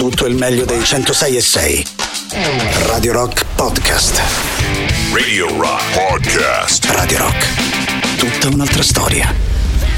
tutto il meglio dei 106.6. Radio Rock Podcast. Radio Rock Podcast. Radio Rock. Tutta un'altra storia.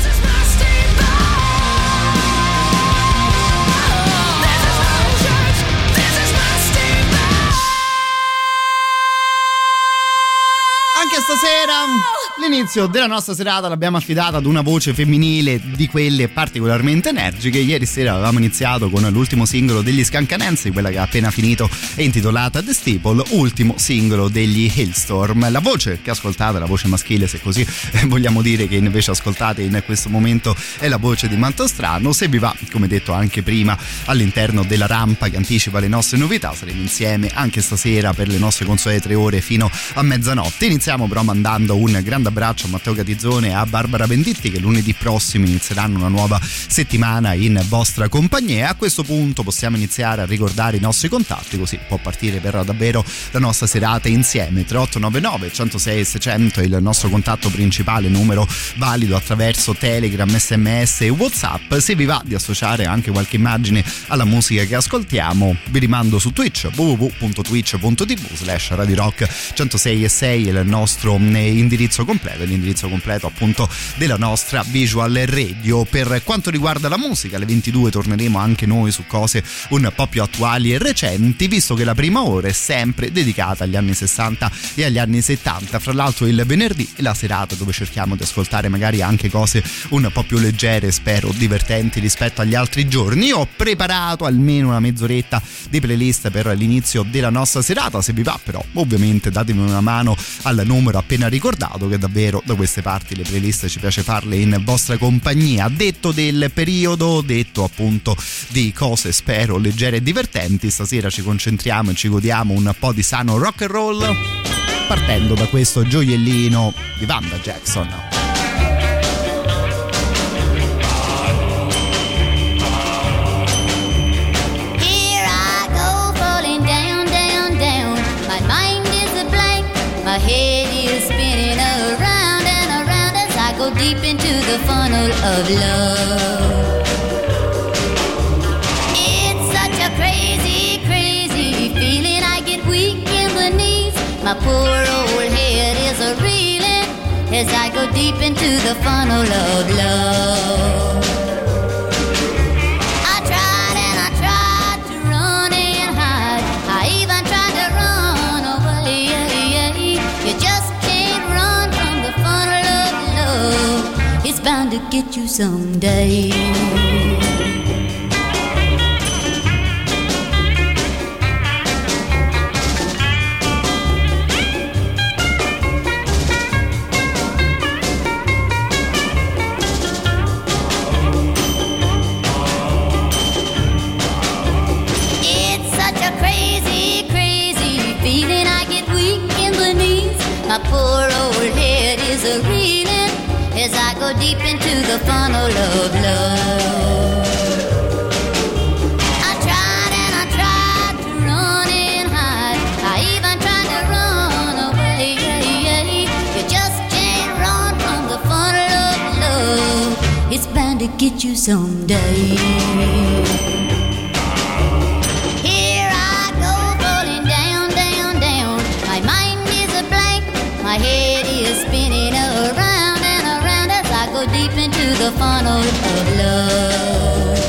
Anche stasera l'inizio della nostra serata l'abbiamo affidata ad una voce femminile di quelle particolarmente energiche. Ieri sera avevamo iniziato con l'ultimo singolo degli Scancanensi, quella che ha appena finito è intitolata The Steeple, ultimo singolo degli Hailstorm. La voce che ascoltate, la voce maschile se così vogliamo dire, che invece ascoltate in questo momento è la voce di Mantostrano. Se vi va, come detto anche prima, all'interno della rampa che anticipa le nostre novità, saremo insieme anche stasera per le nostre consuete 3 ore fino a mezzanotte. Iniziamo però mandando un grande abbraccio a Matteo Catizzone e a Barbara Venditti, che lunedì prossimo inizieranno una nuova settimana in vostra compagnia. E a questo punto possiamo iniziare a ricordare i nostri contatti, così può partire per davvero la nostra serata insieme. 3899 106 600 è il nostro contatto principale, numero valido attraverso Telegram, SMS e WhatsApp. Se vi va di associare anche qualche immagine alla musica che ascoltiamo, vi rimando su Twitch, www.twitch.tv/Radio Rock 106.6 è il nostro indirizzo completo, l'indirizzo completo appunto della nostra visual radio. Per quanto riguarda la musica, alle 22 torneremo anche noi su cose un po' più attuali e recenti, visto che la prima ora è sempre dedicata agli anni 60 e agli anni 70. Fra l'altro il venerdì è la serata dove cerchiamo di ascoltare magari anche cose un po' più leggere, spero divertenti rispetto agli altri giorni. Ho preparato almeno una mezz'oretta di playlist per l'inizio della nostra serata. Se vi va però ovviamente datemi una mano al numero appena ricordato, che davvero da queste parti le playlist ci piace farle in vostra compagnia. Detto del periodo, detto appunto di cose spero leggere e divertenti, stasera ci concentriamo e ci godiamo un po' di sano rock and roll, partendo da questo gioiellino di Wanda Jackson. My head is spinning around and around as I go deep into the funnel of love. It's such a crazy, crazy feeling. I get weak in the knees. My poor old head is a reeling as I go deep into the funnel of love. I tried and I tried to run and hide. I even tried to run away. You just can't run from the funnel of love. It's bound to get you someday. It's such a crazy, crazy feeling. I get weak in the knees. My poor old head is a reeling as I go deep into the funnel of love. I tried and I tried to run and hide. I even tried to run away. You just can't run from the funnel of love. It's bound to get you someday. My head is spinning around and around as I go deep into the funnel of love.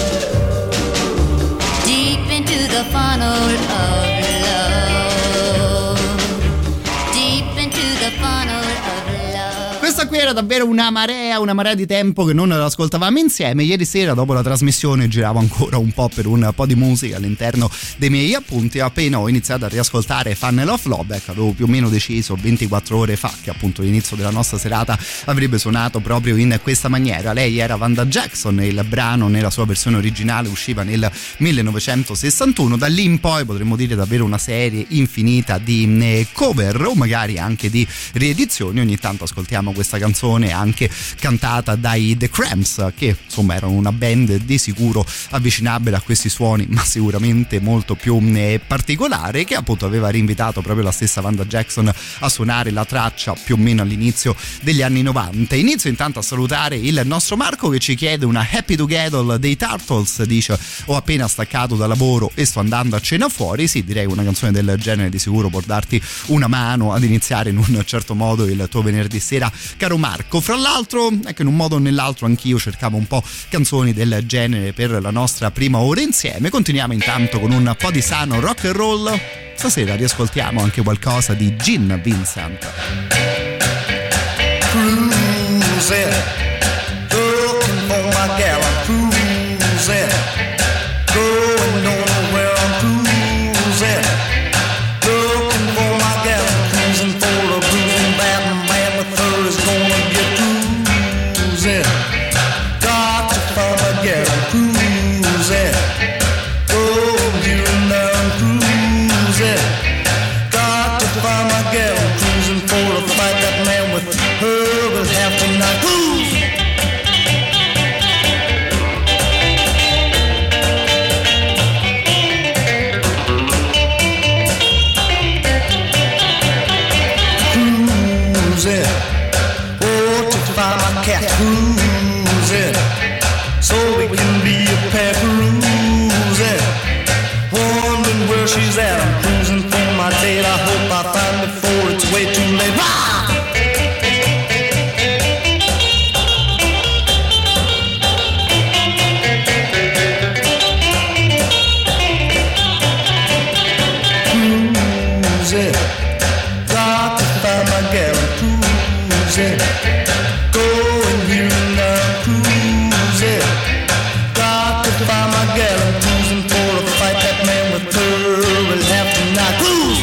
Deep into the funnel of love. Deep into the funnel of love. Questa qui era davvero una marea di tempo che non ascoltavamo insieme. Ieri sera dopo la trasmissione giravo ancora un po' per un po' di musica all'interno dei miei appunti. Appena ho iniziato a riascoltare Funnel of Love, ecco, avevo più o meno deciso 24 ore fa che appunto l'inizio della nostra serata avrebbe suonato proprio in questa maniera. Lei era Wanda Jackson e il brano nella sua versione originale usciva nel 1961. Da lì in poi potremmo dire davvero una serie infinita di cover o magari anche di riedizioni. Ogni tanto ascoltiamo questa canzone anche cantata dai The Cramps, che insomma erano una band di sicuro avvicinabile a questi suoni, ma sicuramente molto più particolare, che appunto aveva rinvitato proprio la stessa Vanda Jackson a suonare la traccia più o meno all'inizio degli anni 90. Inizio intanto a salutare il nostro Marco, che ci chiede una Happy Together dei Turtles. Dice: ho appena staccato da lavoro e sto andando a cena fuori. Sì, direi una canzone del genere di sicuro può darti una mano ad iniziare in un certo modo il tuo venerdì sera, caro Marco. Fra l'altro, ecco, in un modo o nell'altro anch'io cercavo un po' canzoni del genere per la nostra prima ora insieme. Continuiamo intanto con un po' di sano rock and roll. Stasera riascoltiamo anche qualcosa di Gene Vincent. Cruising, looking for my gal, I'm cruising, going nowhere, I'm cruising, looking for my gal, I'm cruising for a cruising bad man with her is gonna get cruising, got to find my gal, I'm cruising, oh here and there, I'm cruising, got to find my gal, I'm cruising for a fight that man with her will have to not cruise. Cruising, oh, to find my cat. Cruising, so we can be a pair. Cruising, wondering where she's at. I'm cruising for my date. I hope I find before it's way too late. Rah! Got to find my gal, I'm cruising, going here and now, cruising. Got to find my gal, I'm cruising for a fight that man with her will have to not cruise.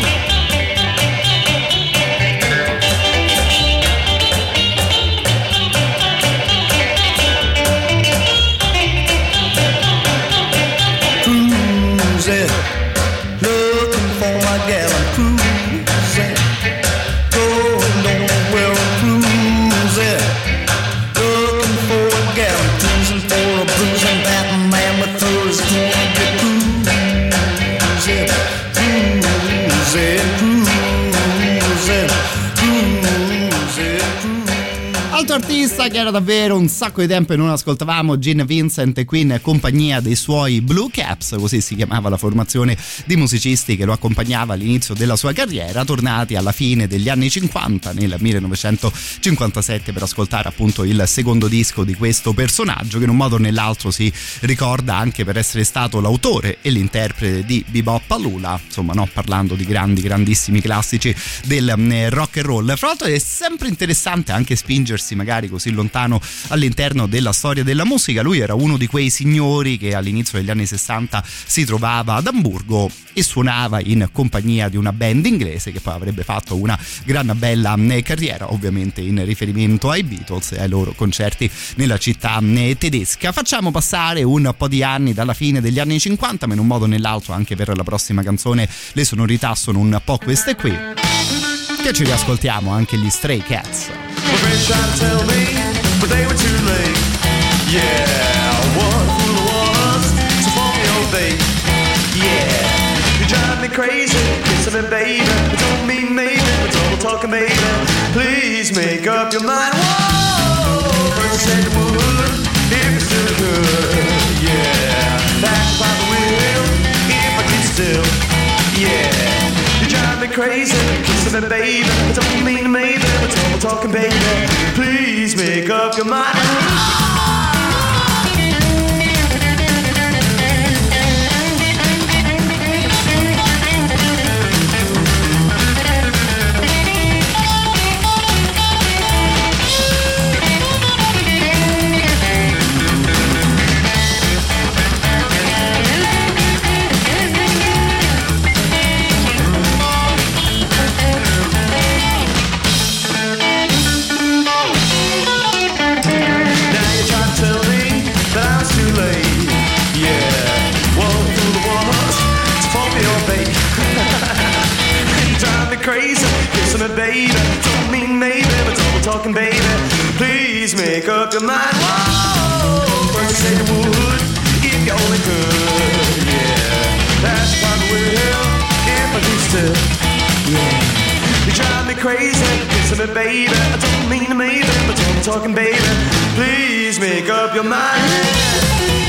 Cruising, looking for my gal, I'm cruising, going nowhere, I'm cruising, looking for a gal, I'm cruising for a bruising that man with her is gonna get cruising, cruising, cruising, cruising, cruising. Altro artista che era davvero un sacco di tempo e non ascoltavamo, Gene Vincent, qui in compagnia dei suoi Blue Caps, così si chiamava la formazione di musicisti che lo accompagnava all'inizio della sua carriera, tornati alla fine degli anni 50, nel 1957, per ascoltare appunto il secondo disco di questo personaggio, che in un modo o nell'altro si ricorda anche per essere stato l'autore e l'interprete di Bebop-A-Lula, insomma, no, parlando di grandissimi classici del rock and roll. Fra l'altro è sempre interessante anche spingersi magari così lontano all'interno della storia della musica. Lui era uno di quei signori che all'inizio degli anni 60 si trovava ad Amburgo e suonava in compagnia di una band inglese che poi avrebbe fatto una gran bella carriera, ovviamente in riferimento ai Beatles e ai loro concerti nella città tedesca. Facciamo passare un po' di anni dalla fine degli anni 50, ma in un modo o nell'altro anche per la prossima canzone le sonorità sono un po' queste qui, che ci riascoltiamo anche gli Stray Cats. My friends tried to tell me, but they were too late. Yeah, one fool was to fall me all day. Yeah, you drive me crazy, kissing me, baby. But don't mean maybe, but double talking, baby. Please make up your mind. Whoa, first you said you would, if you still could. Yeah, that's by the wheel, if I can still. Yeah. You drive me crazy, kissing me, baby. I don't mean maybe, but double talking, baby. Please make up your mind. Crazy, kissing me, baby. Don't mean maybe, but double talking, baby. Please make up your mind. Whoa, first you said you would, if you only could. Yeah, that's why we're here. If I used to, yeah. You drive me crazy, kissing me, baby. I don't mean to maybe, but I'm talking, baby. Please make up your mind.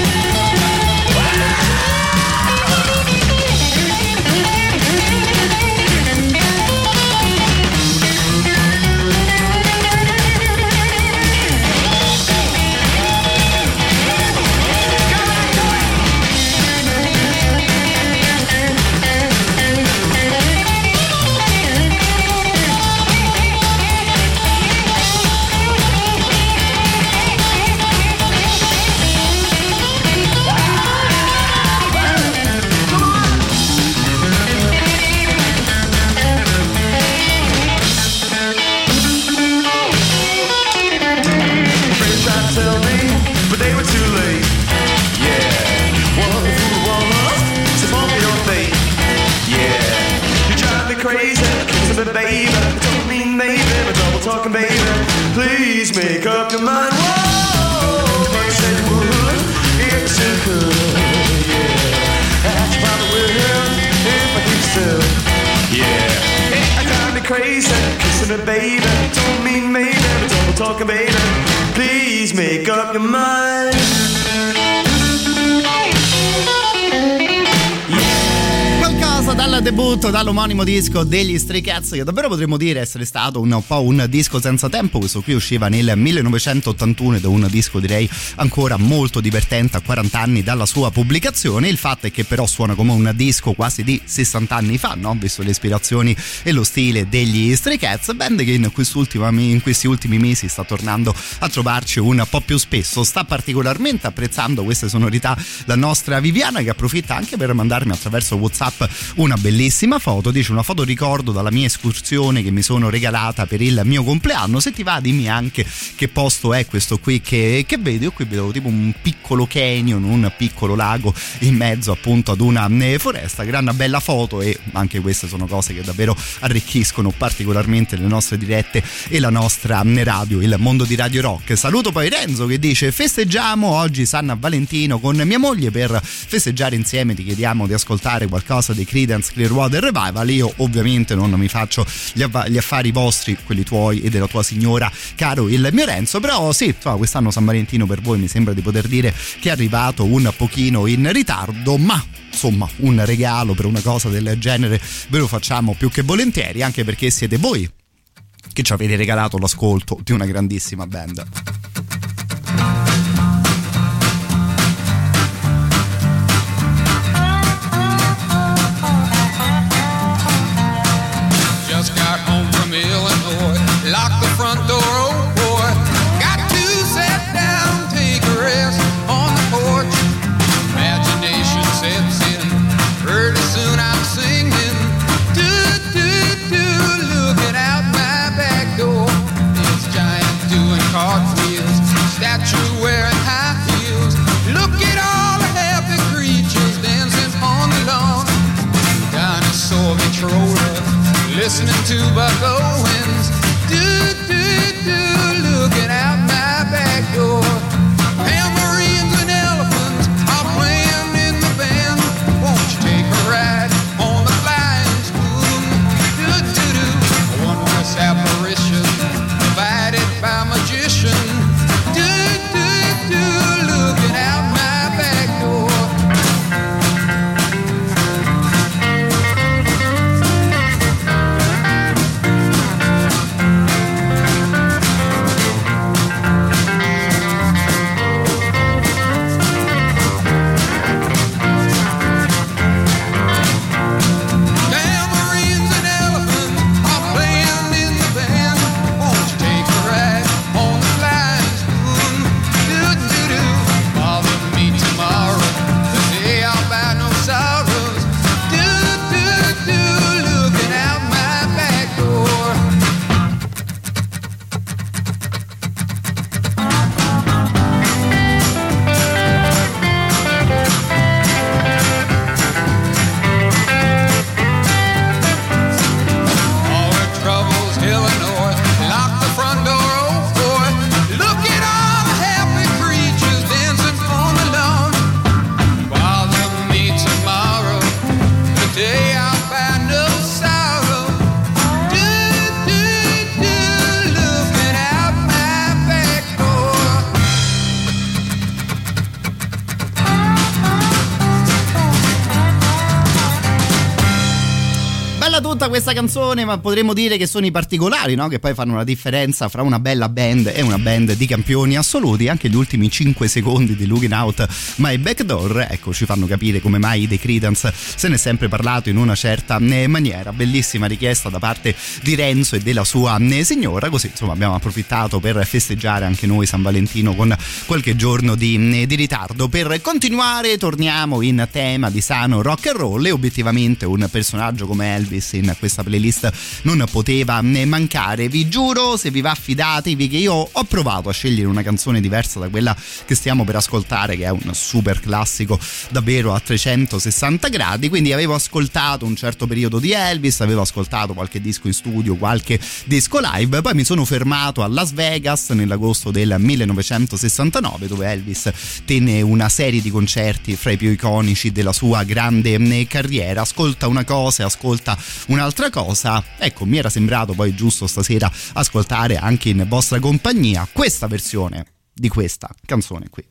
Baby, don't mean maybe, but double talking, baby. Please make up your mind. Whoa, first said you would, if you could, yeah. That's probably we're here, if I keep still, yeah. Hey, I got me crazy, kissing me, baby. Don't mean maybe, but double talking, baby. Please make up your mind. Dal debutto, dall'omonimo disco degli Stray Cats, che davvero potremmo dire essere stato un po' un disco senza tempo. Questo qui usciva nel 1981 ed è un disco, direi, ancora molto divertente a 40 anni dalla sua pubblicazione. Il fatto è che però suona come un disco quasi di 60 anni fa, no? Visto le ispirazioni e lo stile degli Stray Cats, band che in questi ultimi mesi sta tornando a trovarci un po' più spesso. Sta particolarmente apprezzando queste sonorità la nostra Viviana, che approfitta anche per mandarmi attraverso WhatsApp una bellissima foto. Dice: una foto ricordo dalla mia escursione che mi sono regalata per il mio compleanno. Se ti va, dimmi anche che posto è questo qui che vedi. Io qui vedo tipo un piccolo canyon, un piccolo lago in mezzo appunto ad una foresta. Gran bella foto, e anche queste sono cose che davvero arricchiscono particolarmente le nostre dirette e la nostra radio, il mondo di Radio Rock. Saluto poi Renzo che dice: festeggiamo oggi San Valentino con mia moglie. Per festeggiare insieme ti chiediamo di ascoltare qualcosa dei Creedence Clearwater Revival. Io ovviamente non mi faccio gli affari vostri, quelli tuoi e della tua signora, caro il mio Renzo, però sì, quest'anno San Valentino per voi mi sembra di poter dire che è arrivato un pochino in ritardo, ma insomma un regalo per una cosa del genere ve lo facciamo più che volentieri, anche perché siete voi che ci avete regalato l'ascolto di una grandissima band. Just got home from Illinois, locked the front door, oh boy. Got to sit down, take a rest on the porch. Imagination sets in, pretty soon I'm singing. Do, do, do, looking out my back door. It's giant doing cartwheels, statue wearing high heels. Look at all the happy creatures dancing on the lawn. Dinosaur controller, listening to Buck Owens. Do, do, do, looking out my back door. Tambourines and elephants are playing in the band. Won't you take a ride on the flying spoon? Do, do, do, a wondrous apparition provided by magician. Do, do, do, looking out my back door. Bella tutta questa canzone, ma potremmo dire che sono i particolari, no? Che poi fanno la differenza fra una bella band e una band di campioni assoluti. Anche gli ultimi 5 secondi di Looking Out My Back Door, ecco, ci fanno capire come mai dei Creedence se ne è sempre parlato in una certa maniera. Bellissima richiesta da parte di Renzo e della sua signora, così insomma abbiamo approfittato per festeggiare anche noi San Valentino con qualche giorno di ritardo. Per continuare torniamo in tema di sano rock and roll, e obiettivamente un personaggio come Elvis in questa playlist non poteva mancare. Vi giuro, se vi va, fidatevi che io ho provato a scegliere una canzone diversa da quella che stiamo per ascoltare, che è un super classico davvero a 360 gradi. Quindi avevo ascoltato un certo periodo di Elvis, avevo ascoltato qualche disco in studio, qualche disco live, poi mi sono fermato a Las Vegas nell'agosto del 1969, dove Elvis tenne una serie di concerti fra i più iconici della sua grande carriera. Ascolta una cosa e ascolta un'altra cosa, ecco, mi era sembrato poi giusto stasera ascoltare anche in vostra compagnia questa versione di questa canzone qui.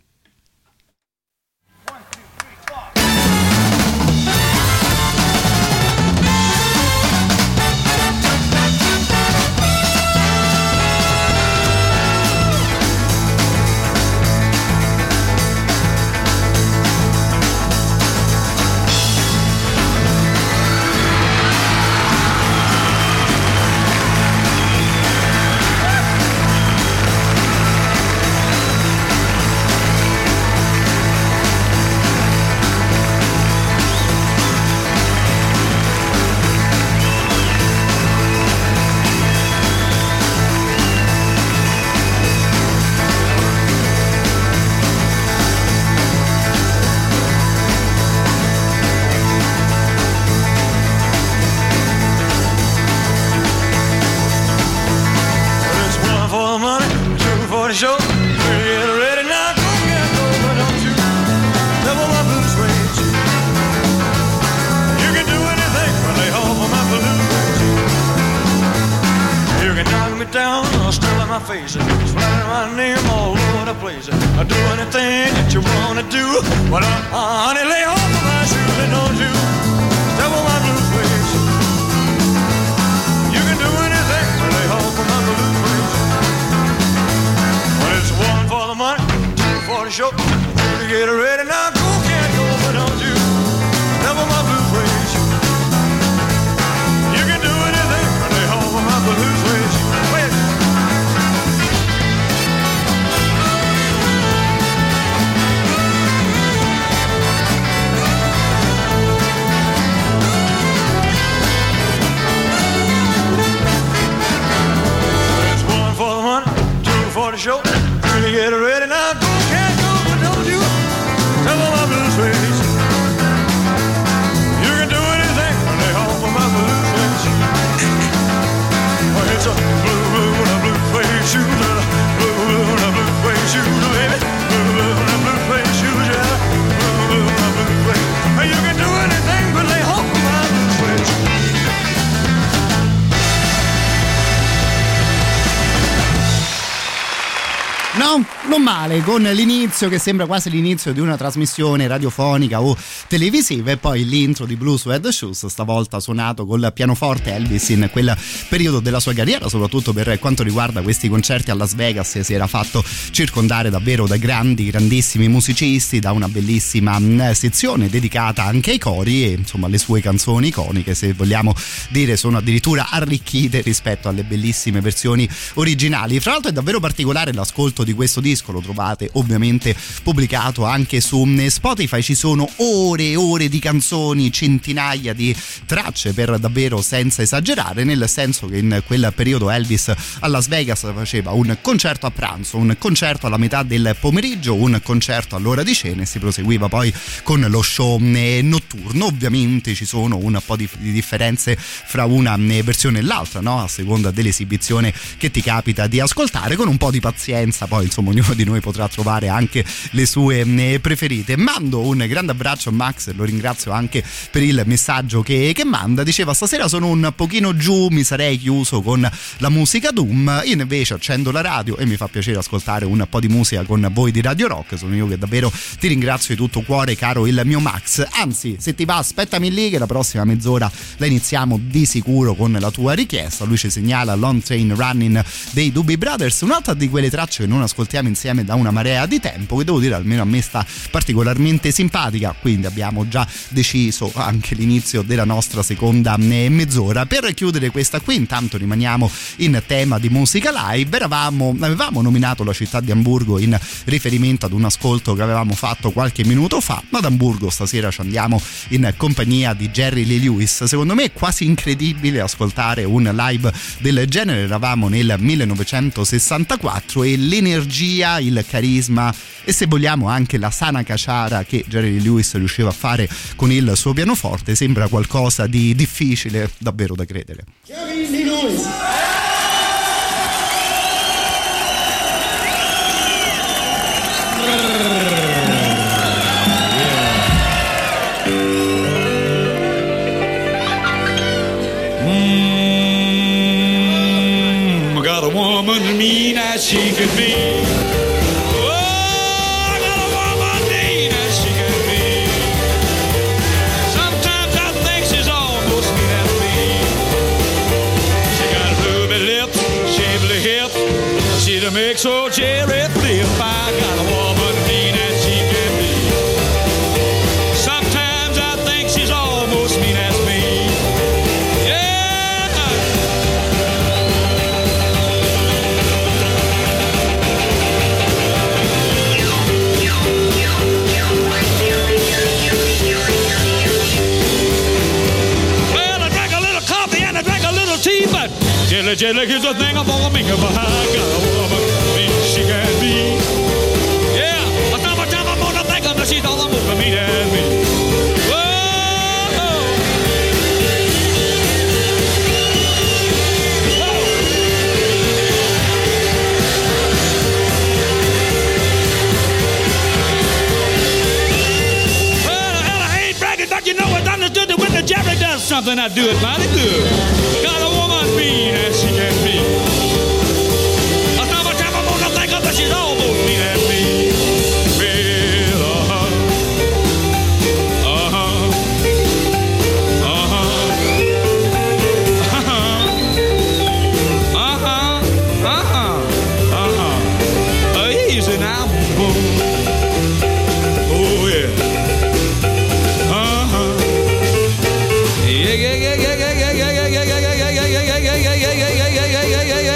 Non male, con l'inizio che sembra quasi l'inizio di una trasmissione radiofonica o televisiva, e poi l'intro di Blue Suede Shoes, stavolta suonato col pianoforte. Elvis in quel periodo della sua carriera, soprattutto per quanto riguarda questi concerti a Las Vegas, si era fatto circondare davvero da grandissimi musicisti, da una bellissima sezione dedicata anche ai cori, e insomma le sue canzoni iconiche, se vogliamo dire, sono addirittura arricchite rispetto alle bellissime versioni originali. Fra l'altro è davvero particolare l'ascolto di questo disco, lo trovate ovviamente pubblicato anche su Spotify, ci sono ore e ore di canzoni, centinaia di tracce, per davvero senza esagerare, nel senso che in quel periodo Elvis a Las Vegas faceva un concerto a pranzo, un concerto alla metà del pomeriggio, un concerto all'ora di cena, e si proseguiva poi con lo show notturno. Ovviamente ci sono un po' di differenze fra una versione e l'altra, no? A seconda dell'esibizione che ti capita di ascoltare. Con un po' di pazienza poi insomma ognuno ognuno di noi potrà trovare anche le sue preferite. Mando un grande abbraccio a Max, lo ringrazio anche per il messaggio che manda. Diceva: stasera sono un pochino giù, mi sarei chiuso con la musica Doom, io invece accendo la radio e mi fa piacere ascoltare un po' di musica con voi di Radio Rock. Sono io che davvero ti ringrazio di tutto cuore, caro il mio Max. Anzi, se ti va, aspettami lì che la prossima mezz'ora la iniziamo di sicuro con la tua richiesta. Lui ci segnala Long Train Running dei Doobie Brothers, un'altra di quelle tracce che non ascoltiamo insieme da una marea di tempo, che devo dire almeno a me sta particolarmente simpatica, quindi abbiamo già deciso anche l'inizio della nostra seconda mezz'ora. Per chiudere questa qui intanto rimaniamo in tema di musica live. Avevamo nominato la città di Amburgo in riferimento ad un ascolto che avevamo fatto qualche minuto fa, ma ad Amburgo stasera ci andiamo in compagnia di Jerry Lee Lewis. Secondo me è quasi incredibile ascoltare un live del genere. Eravamo nel 1964 e l'energia, il carisma e, se vogliamo, anche la sana caciara che Jerry Lee Lewis riusciva a fare con il suo pianoforte sembra qualcosa di difficile davvero da credere. Jerry Lee Lewis. Got a woman mean as she could be. Oh, I got a woman mean as she could be. Sometimes I think she's almost mean as me. She got ruby lips, shapely hip. She to make so cherry flip. I got a woman mean as she could be. Sometimes I think she's almost mean as me. Jelly, here's the thing I'm gonna make her behind. Got a woman, mean she can be. Yeah, a time I'm gonna think of her, she's all I'm gonna mean as me. Whoa. Well, I ain't bragging, but you know it's understood that when the Jerry does something, I do it mighty good. Got a woman mean as she can be. Another time I'm gonna think of that she's almost mean as me. Well, easy now. Oh yeah. Yeah.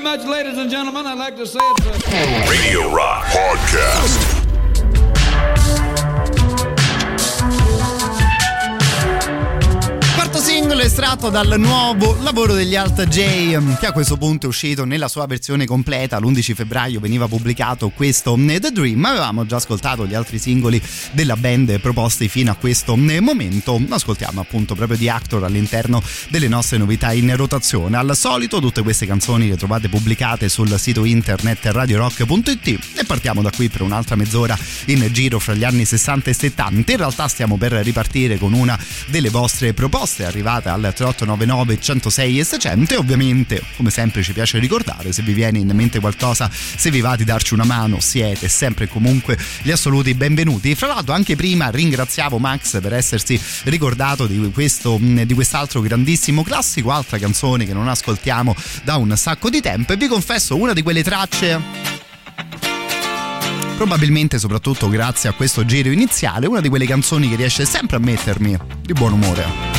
very much, ladies and gentlemen. I'd like to say it. Radio Rock Podcast. Singolo estratto dal nuovo lavoro degli Alta J, che a questo punto è uscito nella sua versione completa. L'11 febbraio veniva pubblicato questo The Dream. Avevamo già ascoltato gli altri singoli della band proposti fino a questo momento. Ascoltiamo appunto proprio The Actor all'interno delle nostre novità in rotazione. Al solito tutte queste canzoni le trovate pubblicate sul sito internet radiorock.it e partiamo da qui per un'altra mezz'ora in giro fra gli anni 60 e 70. In realtà stiamo per ripartire con una delle vostre proposte arrivata al 3899 106 e 600 e ovviamente come sempre ci piace ricordare, se vi viene in mente qualcosa, se vi va di darci una mano, siete sempre e comunque gli assoluti benvenuti. Fra l'altro anche prima ringraziavo Max per essersi ricordato di quest'altro grandissimo classico, altra canzone che non ascoltiamo da un sacco di tempo, e vi confesso una di quelle tracce, probabilmente soprattutto grazie a questo giro iniziale, una di quelle canzoni che riesce sempre a mettermi di buon umore.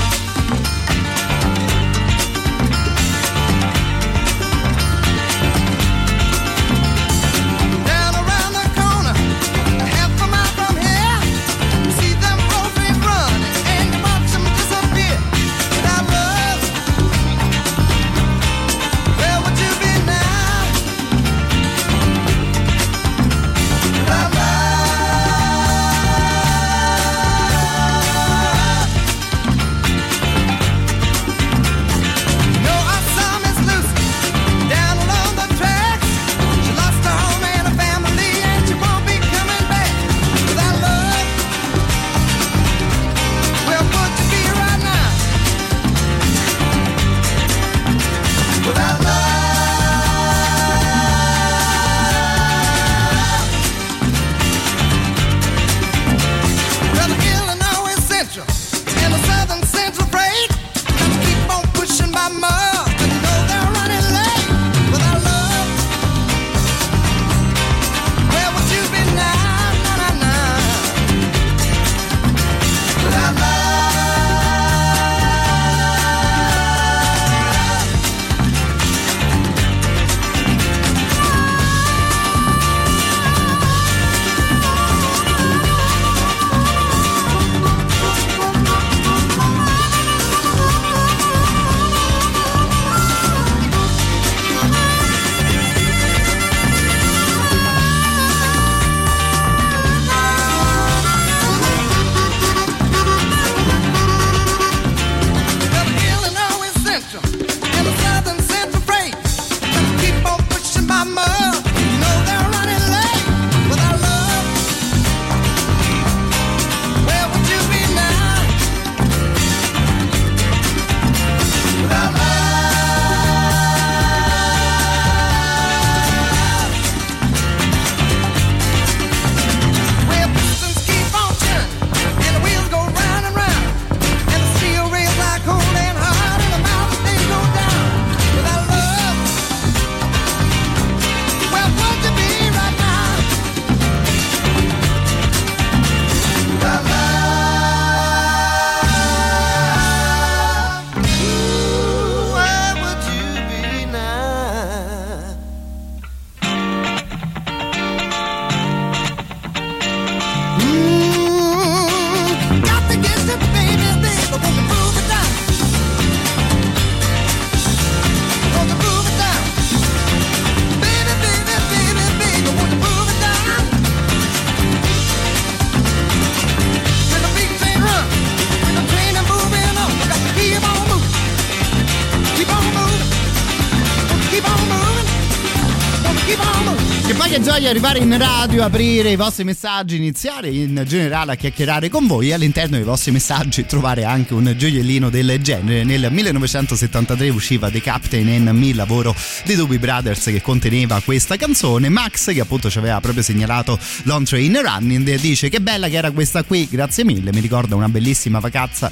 Arrivare in radio, aprire i vostri messaggi, iniziare in generale a chiacchierare con voi, e all'interno dei vostri messaggi trovare anche un gioiellino del genere. Nel 1973 usciva The Captain and Me, lavoro dei Doobie Brothers che conteneva questa canzone. Max, che appunto ci aveva proprio segnalato Long Train Running, dice: che bella che era questa qui, grazie mille, mi ricorda una bellissima vacanza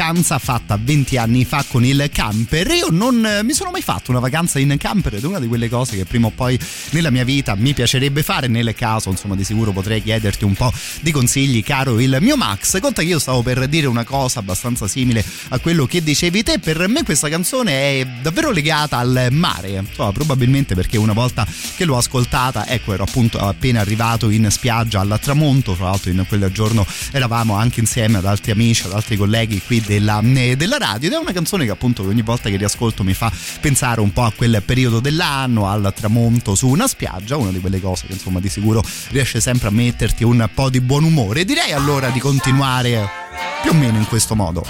fatta 20 anni fa con il camper. Io non mi sono mai fatto una vacanza in camper ed è una di quelle cose che prima o poi nella mia vita mi piacerebbe piacerebbe fare. Nel caso, insomma, di sicuro potrei chiederti un po' di consigli, caro il mio Max. Conta che io stavo per dire una cosa abbastanza simile a quello che dicevi te. Per me questa canzone è davvero legata al mare, insomma, probabilmente perché una volta che l'ho ascoltata, ecco, ero appunto appena arrivato in spiaggia al tramonto. Tra l'altro in quel giorno eravamo anche insieme ad altri amici, ad altri colleghi qui della radio, ed è una canzone che appunto ogni volta che riascolto mi fa pensare un po' a quel periodo dell'anno, al tramonto su una spiaggia, una di quelle cose che insomma di sicuro riesce sempre a metterti un po' di buon umore. Direi allora di continuare più o meno in questo modo.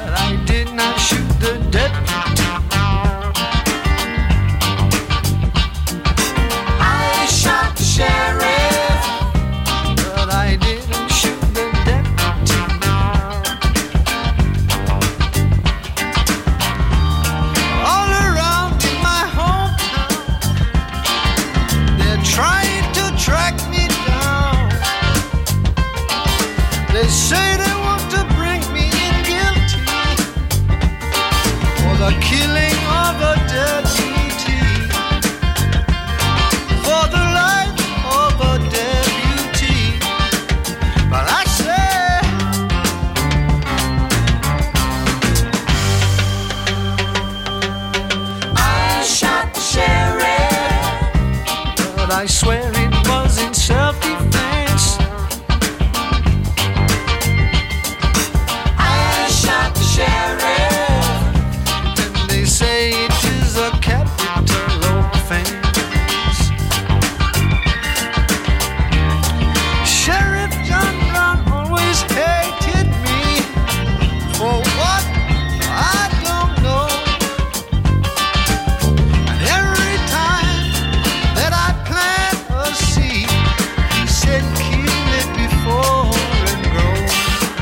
They say they want to bring me in guilty for the killing of a deputy, for the life of a deputy. But I say I shot the sheriff, but I swear it was in self-defense. And they say it is a capital offense. Sheriff John Brown always hated me for what I don't know. And every time that I plant a seed, he said kill it before it grows.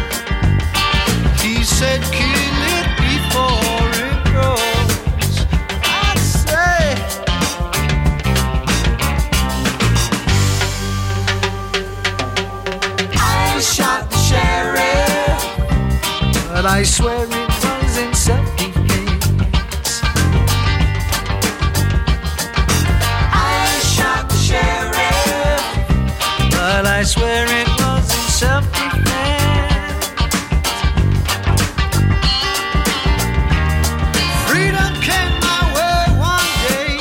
He said kill it before it grows. I say I shot the sheriff, but I swear it was in self-defense. I shot the sheriff, but I swear it was in self-defense. Freedom came my way one day,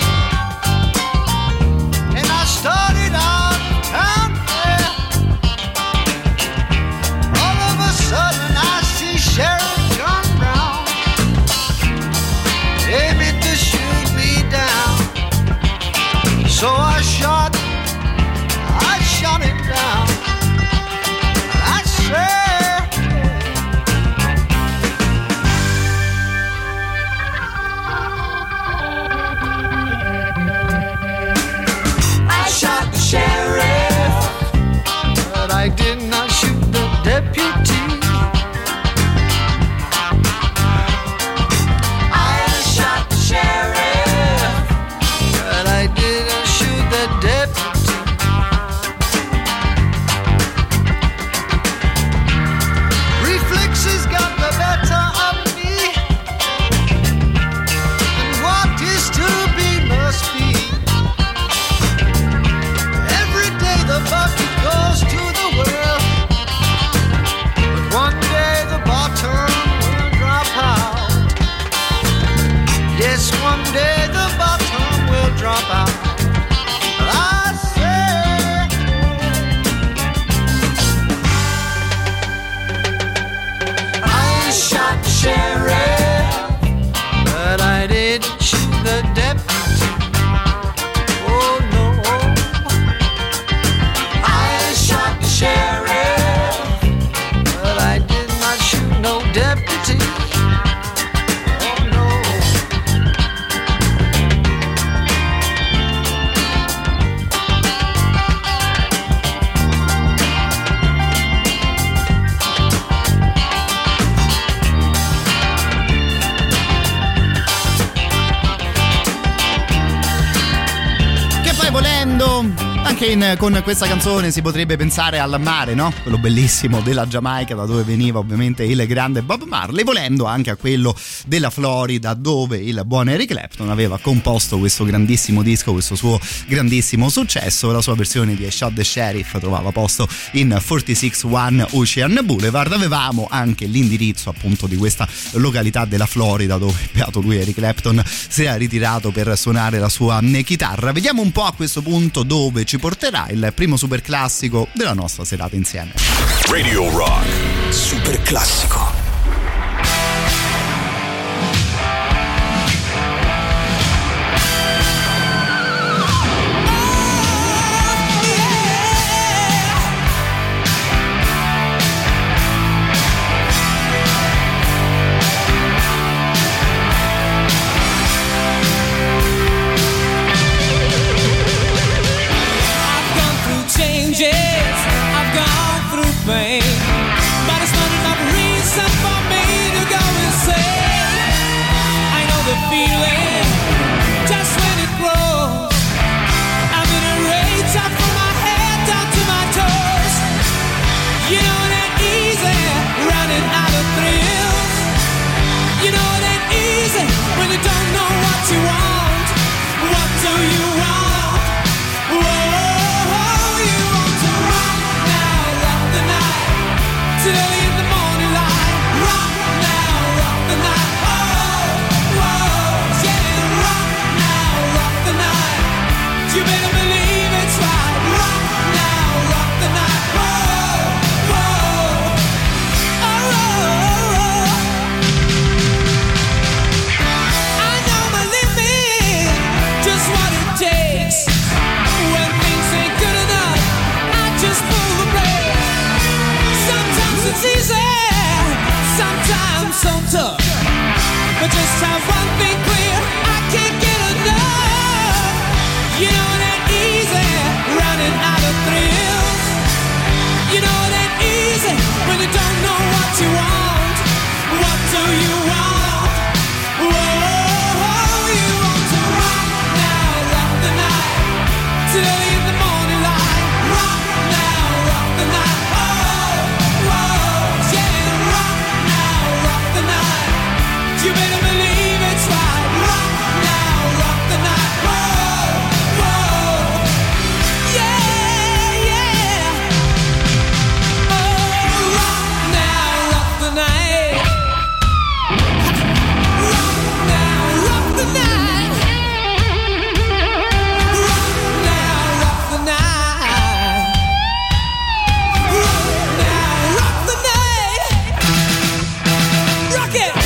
and I started out town there. All of a sudden I see Sheriff John Brown aiming to shoot me down. So I shot him down. I said I shot the sheriff, but I did not shoot the deputy. I shot the sheriff, but I didn't shoot the deputy. Reflexes got the better of me, and what is to be must be. Every day the bucket goes to the well, but one day the bottom will drop out. Yes, one day the bottom will drop out. But I say I shot the sheriff, but I didn't shoot the deputy. Oh no, I shot the sheriff, but I did not shoot no deputy. Oh no. Che poi volendo Anche con questa canzone si potrebbe pensare al mare, no? Quello bellissimo della Giamaica, da dove veniva ovviamente il grande Bob Marley, volendo anche a quello della Florida, dove il buon Eric Clapton aveva composto questo grandissimo disco, questo suo grandissimo successo. La sua versione di I Shot the Sheriff trovava posto in 461 Ocean Boulevard. Avevamo anche l'indirizzo appunto di questa località della Florida, dove beato lui Eric Clapton si era ritirato per suonare la sua chitarra. Vediamo un po' a questo punto dove ci porterà il primo super classico della nostra serata insieme. Radio Rock. Super classico. I've gone through pain, but it's not enough reason for me to go insane. I know the feeling just when it grows. I'm in a rage up from my head down to my toes. You know it ain't easy running out of thrills. You know it ain't easy when you don't know what you want. What do you want? Whoa. Till in the morning light, rock now, rock the night. Oh, whoa, yeah, rock now, rock the night. You better believe it's right. Rock now, rock the night. Whoa, whoa, oh, oh. I know my limit, just what it takes. When things ain't good enough, I just pull the brake. Sometimes it's easy, sometimes so tough. But just have one thing clear, I can't get enough. You know it ain't easy, running out of thrills. You know it ain't easy, when you don't know what you want. What do you want? Whoa, you want to rock now, rock the night. Till in the morning light, rock now, rock the night. You better believe it's right. Rock now, rock the night. Whoa, whoa, yeah, yeah. Oh, rock now, rock the night. Rock now, rock the night. Rock now, rock the night. Rock now, rock the night. Rock it.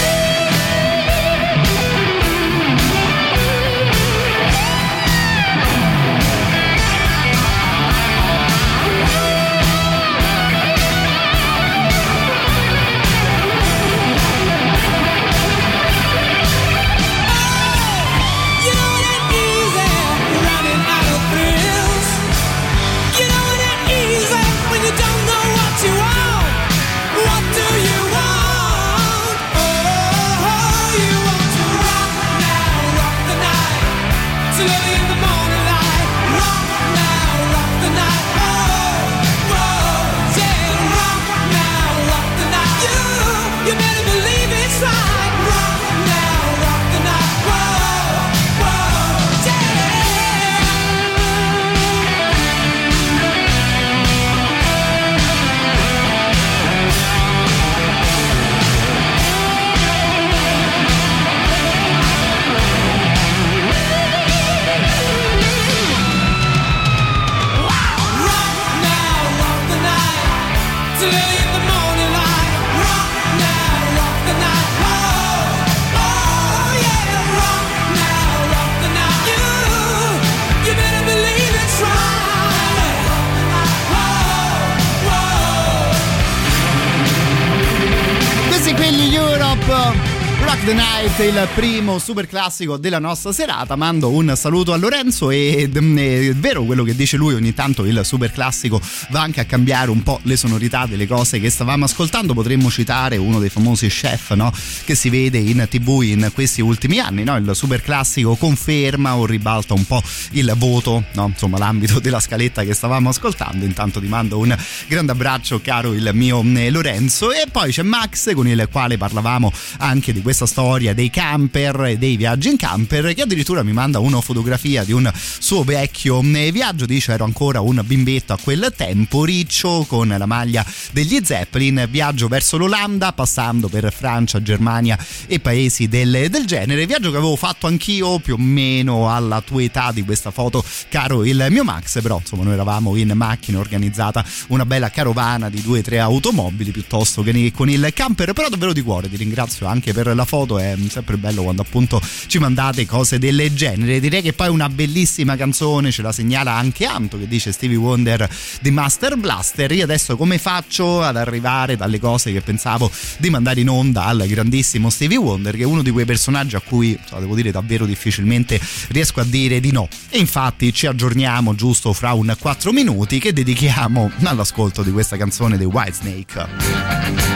Rock the Night, il primo super classico della nostra serata. Mando un saluto a Lorenzo e è vero quello che dice lui, ogni tanto il super classico va anche a cambiare un po' le sonorità delle cose che stavamo ascoltando. Potremmo citare uno dei famosi chef, no? Che si vede in TV in questi ultimi anni, no? Il super classico conferma o ribalta un po' il voto, no? Insomma, l'ambito della scaletta che stavamo ascoltando. Intanto ti mando un grande abbraccio, caro il mio Lorenzo. E poi c'è Max, con il quale parlavamo anche di questa storia dei camper e dei viaggi in camper, che addirittura mi manda una fotografia di un suo vecchio viaggio. Dice: ero ancora un bimbetto a quel tempo, riccio, con la maglia degli Zeppelin, viaggio verso l'Olanda passando per Francia, Germania e paesi del genere. Viaggio che avevo fatto anch'io più o meno alla tua età di questa foto, caro il mio Max. Però insomma noi eravamo in macchina, organizzata una bella carovana di 2 o 3 automobili piuttosto che con il camper. Però davvero di cuore ti ringrazio anche per la foto, è sempre bello quando appunto ci mandate cose del genere. Direi che poi una bellissima canzone ce la segnala anche Anto, che dice Stevie Wonder di Master Blaster. Io adesso come faccio ad arrivare dalle cose che pensavo di mandare in onda al grandissimo Stevie Wonder, che è uno di quei personaggi a cui devo dire davvero difficilmente riesco a dire di no. E infatti ci aggiorniamo giusto fra un 4 minuti che dedichiamo all'ascolto di questa canzone dei Whitesnake.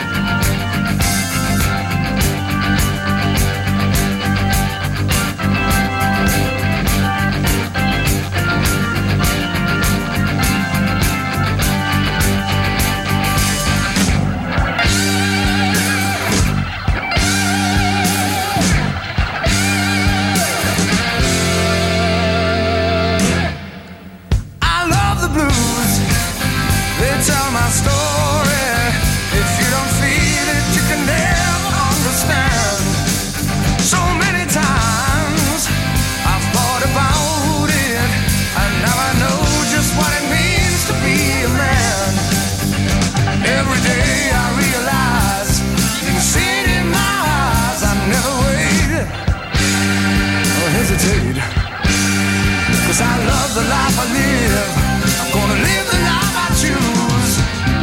Cause I love the life I live, I'm gonna live the life I choose.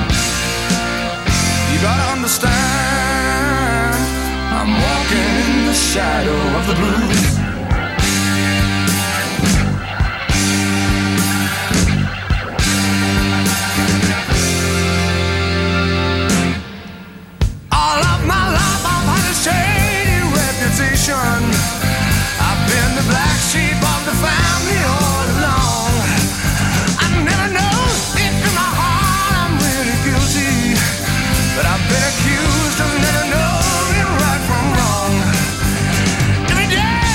You gotta understand, I'm walking in the shadow of the blues. All of my life I've had a shady reputation. I've been the black sheep of the family all along. I never know if in my heart I'm really guilty, but I've been accused of never knowing right from wrong. Every day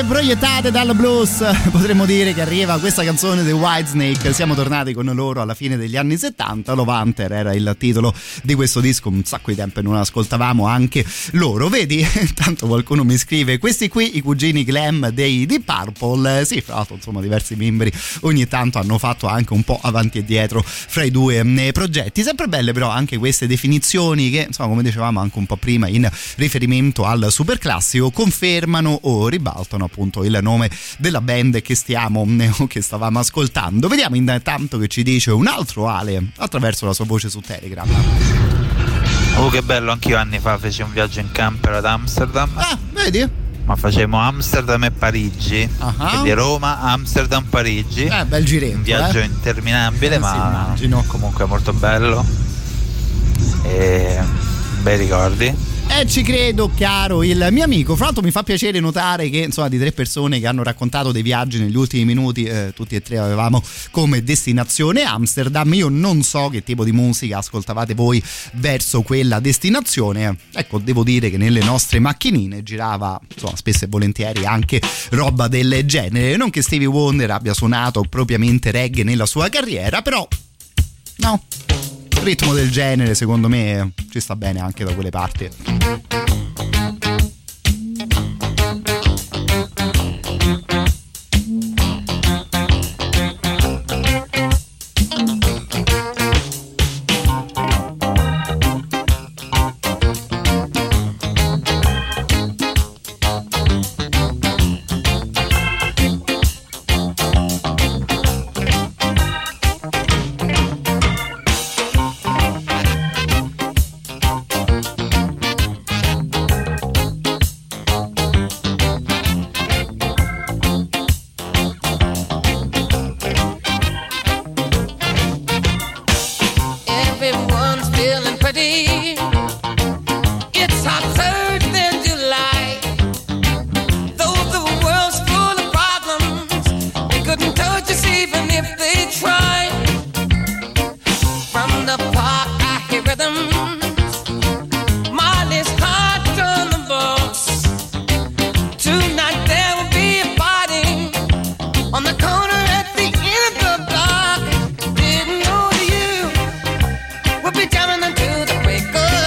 proiettate dal blues, potremmo dire che arriva questa canzone dei Whitesnake. Siamo tornati con loro alla fine degli anni 70. Lovanter era il titolo di questo disco, un sacco di tempo non ascoltavamo anche loro. Vedi, tanto qualcuno mi scrive: questi qui i cugini glam dei Deep Purple. Sì, fra l'altro insomma diversi membri ogni tanto hanno fatto anche un po' avanti e dietro fra i due progetti. Sempre belle però anche queste definizioni che, insomma, come dicevamo anche un po' prima in riferimento al superclassico, confermano o ribaltano appunto il nome della band che stavamo ascoltando. Vediamo intanto che ci dice un altro Ale attraverso la sua voce su Telegram. Oh, che bello, anch'io anni fa feci un viaggio in camper ad Amsterdam. Ah, vedi? Ma facevamo Amsterdam e Parigi, quindi Roma, Amsterdam, Parigi. Bel giretto. Un viaggio interminabile, ma sì, comunque molto bello. E bei ricordi. Ci credo, caro il mio amico. Fra l'altro mi fa piacere notare che, insomma, di 3 persone che hanno raccontato dei viaggi negli ultimi minuti, tutti e 3 avevamo come destinazione Amsterdam. Io non so che tipo di musica ascoltavate voi verso quella destinazione. Ecco, devo dire che nelle nostre macchinine girava, insomma, spesso e volentieri anche roba del genere. Non che Stevie Wonder abbia suonato propriamente reggae nella sua carriera, però no, ritmo del genere secondo me ci sta bene anche da quelle parti. We'll be jamming until the break of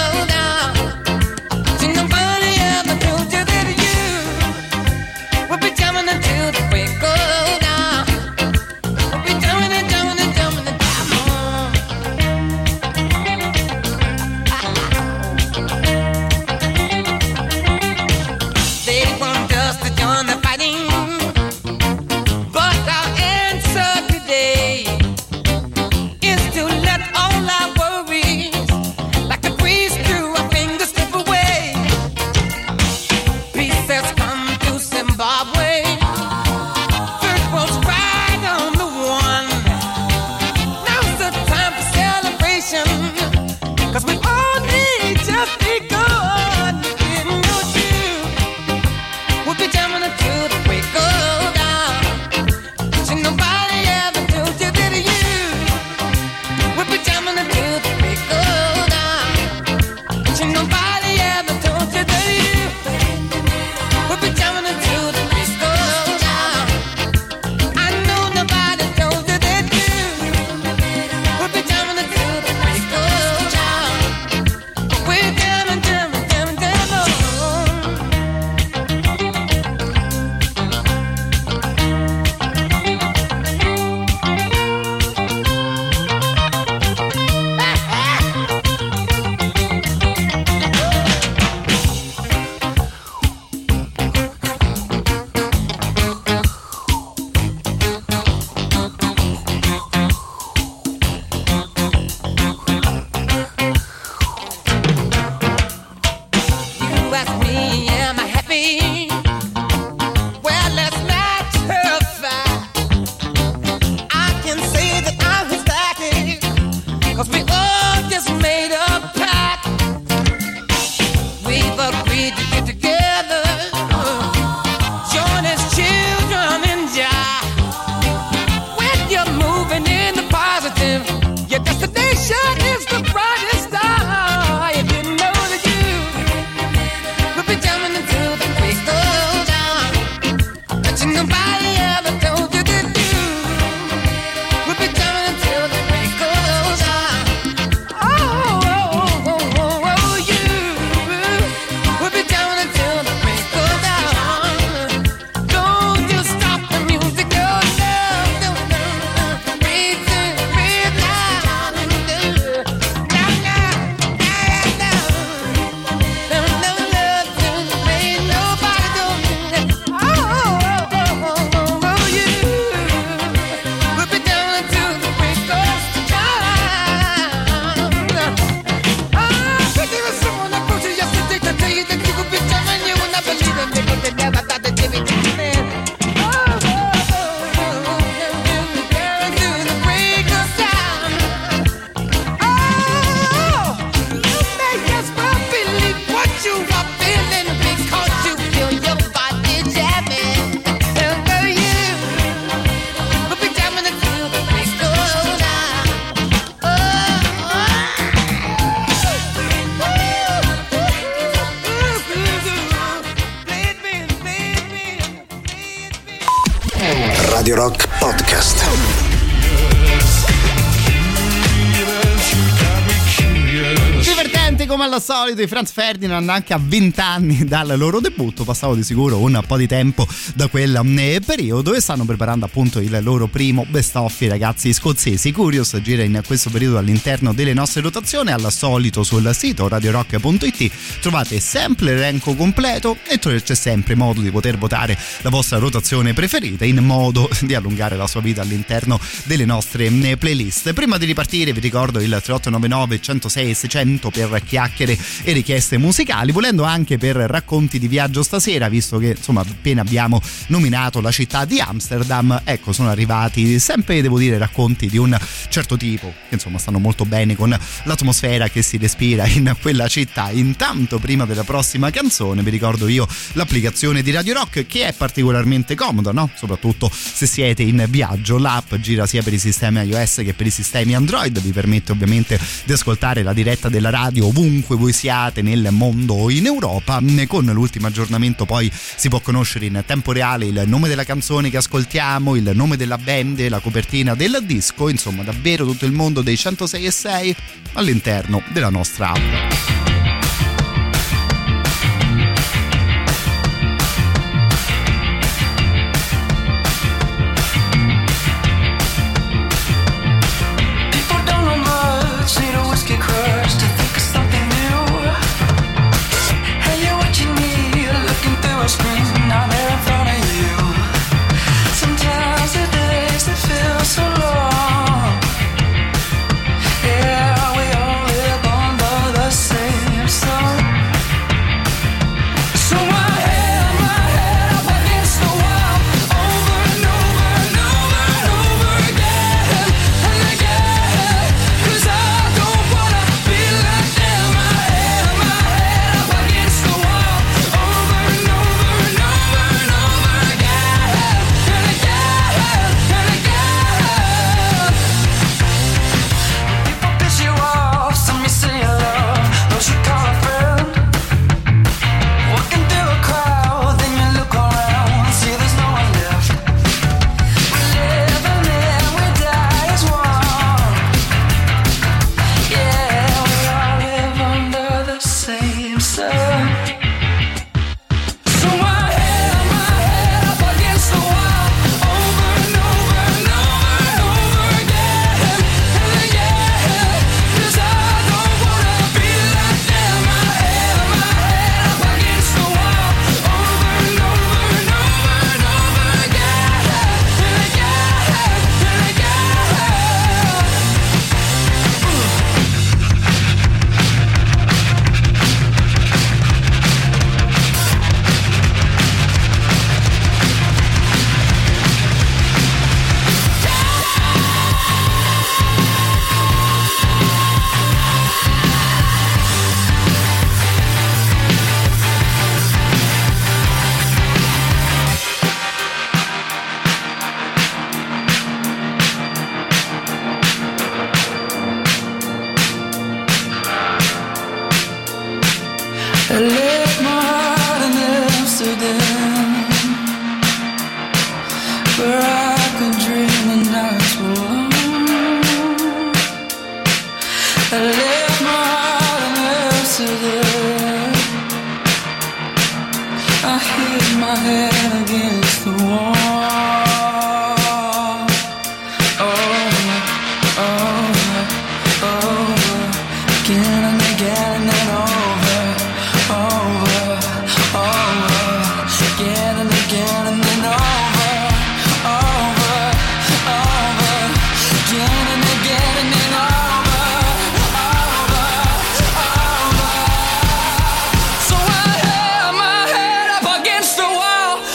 Radio Rock Podcast. Divertenti come al solito i Franz Ferdinand anche a 20 anni dal loro debutto, passavo di sicuro un po' di tempo da quel periodo e stanno preparando appunto il loro primo best of. I ragazzi scozzesi Curious gira in questo periodo all'interno delle nostre rotazioni. Al solito sul sito radiorock.it trovate sempre l'elenco completo e c'è sempre modo di poter votare la vostra rotazione preferita in modo di allungare la sua vita all'interno delle nostre playlist. Prima di ripartire vi ricordo il 3899 106 600 per chiacchiere e richieste musicali, volendo anche per racconti di viaggio stasera, visto che insomma appena abbiamo nominato la città di Amsterdam, ecco sono arrivati sempre, devo dire, racconti di un certo tipo che insomma stanno molto bene con l'atmosfera che si respira in quella città. Intanto prima della prossima canzone vi ricordo io l'applicazione di Radio Rock, che è particolarmente comoda, no? Soprattutto se siete in viaggio. L'app gira sia per i sistemi iOS che per i sistemi Android, vi permette ovviamente di ascoltare la diretta della radio ovunque voi siate nel mondo o in Europa. Con l'ultimo aggiornamento poi si può conoscere in tempo reale il nome della canzone che ascoltiamo, il nome della band e la copertina del disco, insomma davvero tutto il mondo dei 106.6 all'interno della nostra app. So long, yeah, we all live under the same I left my heart in Amsterdam, where I could dream the nights were long. I left my heart in Amsterdam, I hit my head against the wall. Again and again and over, again and again and then over, again and again and then over. So I held my head up against the wall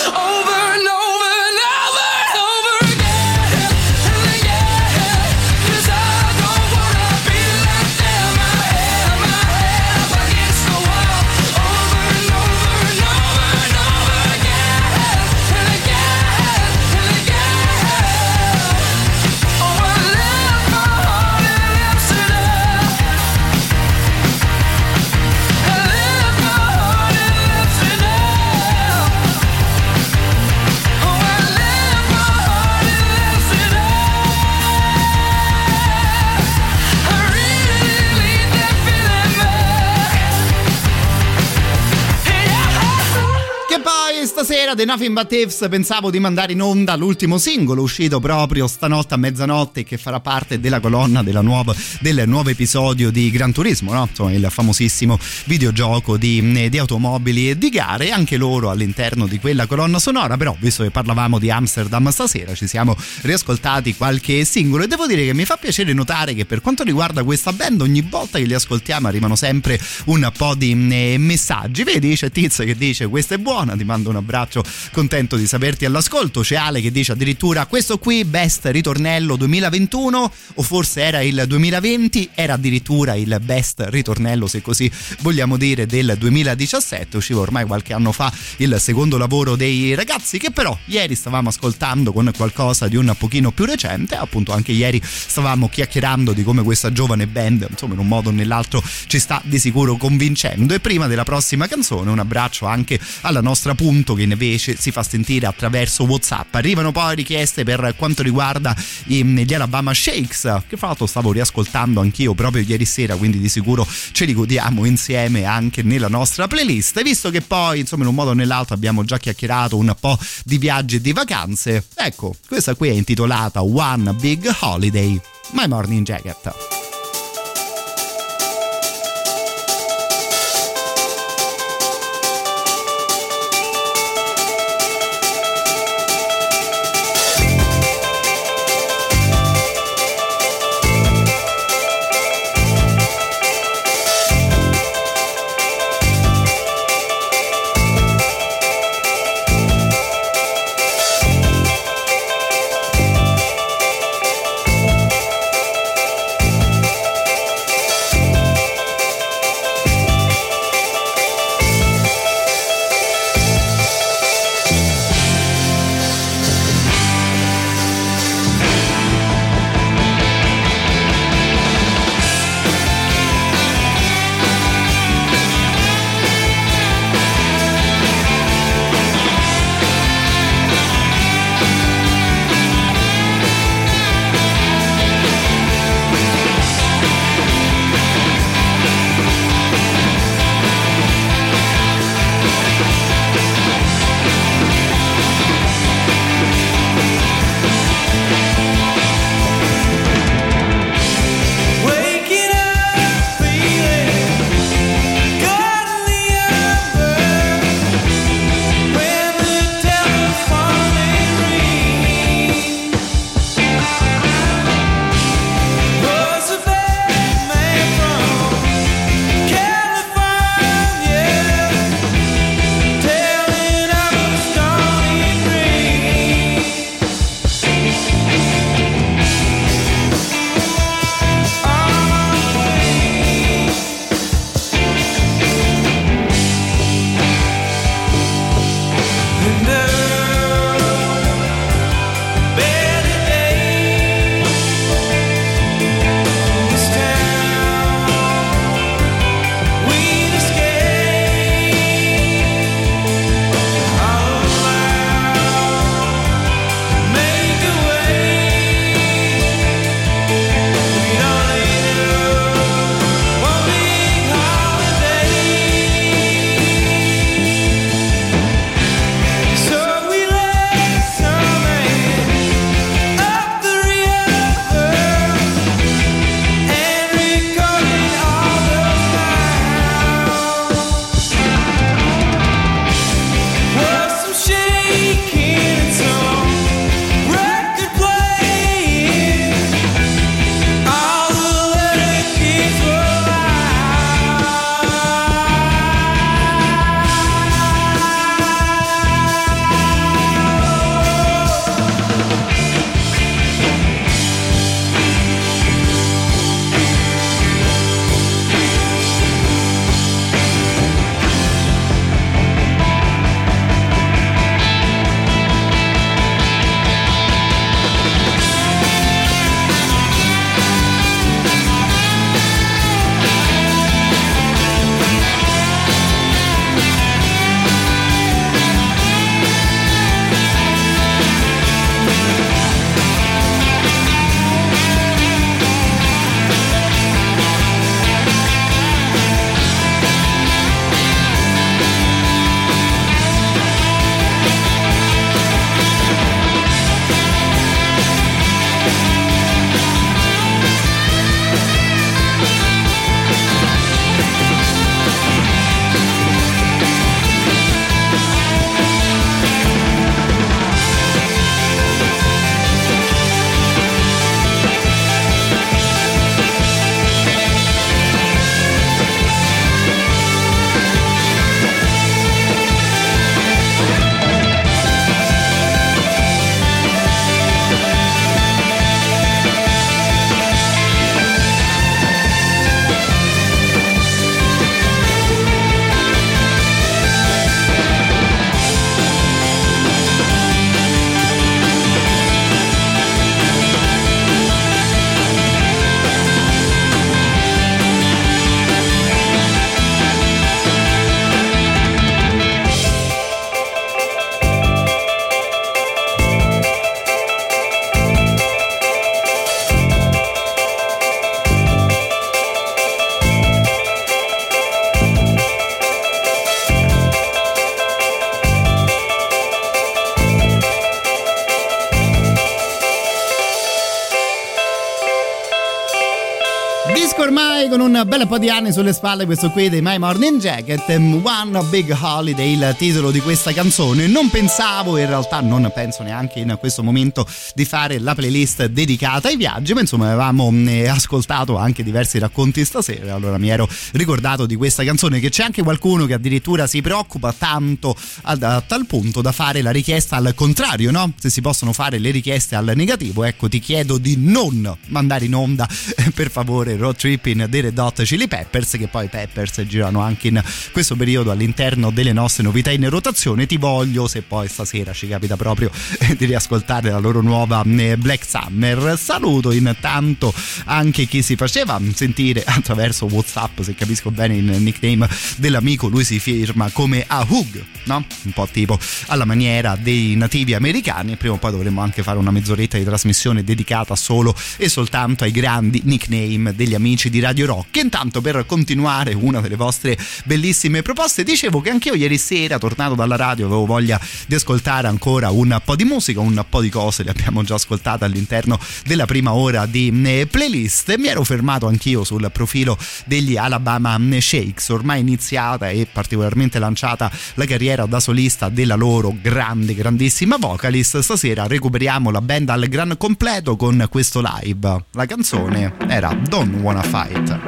era The Nothing But Thieves, pensavo di mandare in onda l'ultimo singolo uscito proprio stanotte a mezzanotte, che farà parte della colonna del nuovo episodio di Gran Turismo, no? Insomma, il famosissimo videogioco di automobili e di gare, anche loro all'interno di quella colonna sonora. Però, visto che parlavamo di Amsterdam stasera, ci siamo riascoltati qualche singolo e devo dire che mi fa piacere notare che per quanto riguarda questa band, ogni volta che li ascoltiamo arrivano sempre un po' di messaggi. Vedi, c'è Tizio che dice questa è buona, ti mando un abbraccio, contento di saperti all'ascolto. C'è Ale che dice addirittura questo qui best ritornello 2021, o forse era il 2020, era addirittura il best ritornello, se così vogliamo dire, del 2017. Usciva ormai qualche anno fa il secondo lavoro dei ragazzi, che però ieri stavamo ascoltando con qualcosa di un pochino più recente. Appunto anche ieri stavamo chiacchierando di come questa giovane band, insomma, in un modo o nell'altro ci sta di sicuro convincendo. E prima della prossima canzone un abbraccio anche alla nostra Punto, che invece si fa sentire attraverso WhatsApp. Arrivano poi richieste per quanto riguarda gli Alabama Shakes, che fra l'altro stavo riascoltando anch'io proprio ieri sera, quindi di sicuro ce li godiamo insieme anche nella nostra playlist. E visto che poi, insomma, in un modo o nell'altro abbiamo già chiacchierato un po' di viaggi e di vacanze, ecco, questa qui è intitolata One Big Holiday, My Morning Jacket. Disco ormai con un bel po' di anni sulle spalle, questo qui dei My Morning Jacket, One Big Holiday, il titolo di questa canzone. Non pensavo, in realtà non penso neanche in questo momento, di fare la playlist dedicata ai viaggi, ma insomma avevamo ascoltato anche diversi racconti stasera, allora mi ero ricordato di questa canzone, che c'è anche qualcuno che addirittura si preoccupa tanto a tal punto da fare la richiesta al contrario, no? Se si possono fare le richieste al negativo, ecco, ti chiedo di non mandare in onda per favore Road Tripping dei Red Hot Chili Peppers, che poi Peppers girano anche in questo periodo all'interno delle nostre novità in rotazione. Ti voglio, se poi stasera ci capita proprio di riascoltare la loro nuova Black Summer. Saluto intanto anche chi si faceva sentire attraverso WhatsApp, se capisco bene il nickname dell'amico, lui si firma come Ahug, no? Un po' tipo alla maniera dei nativi americani. Prima o poi dovremmo anche fare una mezz'oretta di trasmissione dedicata solo e soltanto ai grandi nickname degli amici di Radio Rock. Intanto, per continuare una delle vostre bellissime proposte, dicevo che anch'io ieri sera, tornato dalla radio, avevo voglia di ascoltare ancora un po' di musica, un po' di cose le abbiamo già ascoltate all'interno della prima ora di playlist. Mi ero fermato anch'io sul profilo degli Alabama Shakes, ormai iniziata e particolarmente lanciata la carriera da solista della loro grandissima vocalist. Stasera recuperiamo la band al gran completo con questo live. La canzone era Don't Wanna Fight.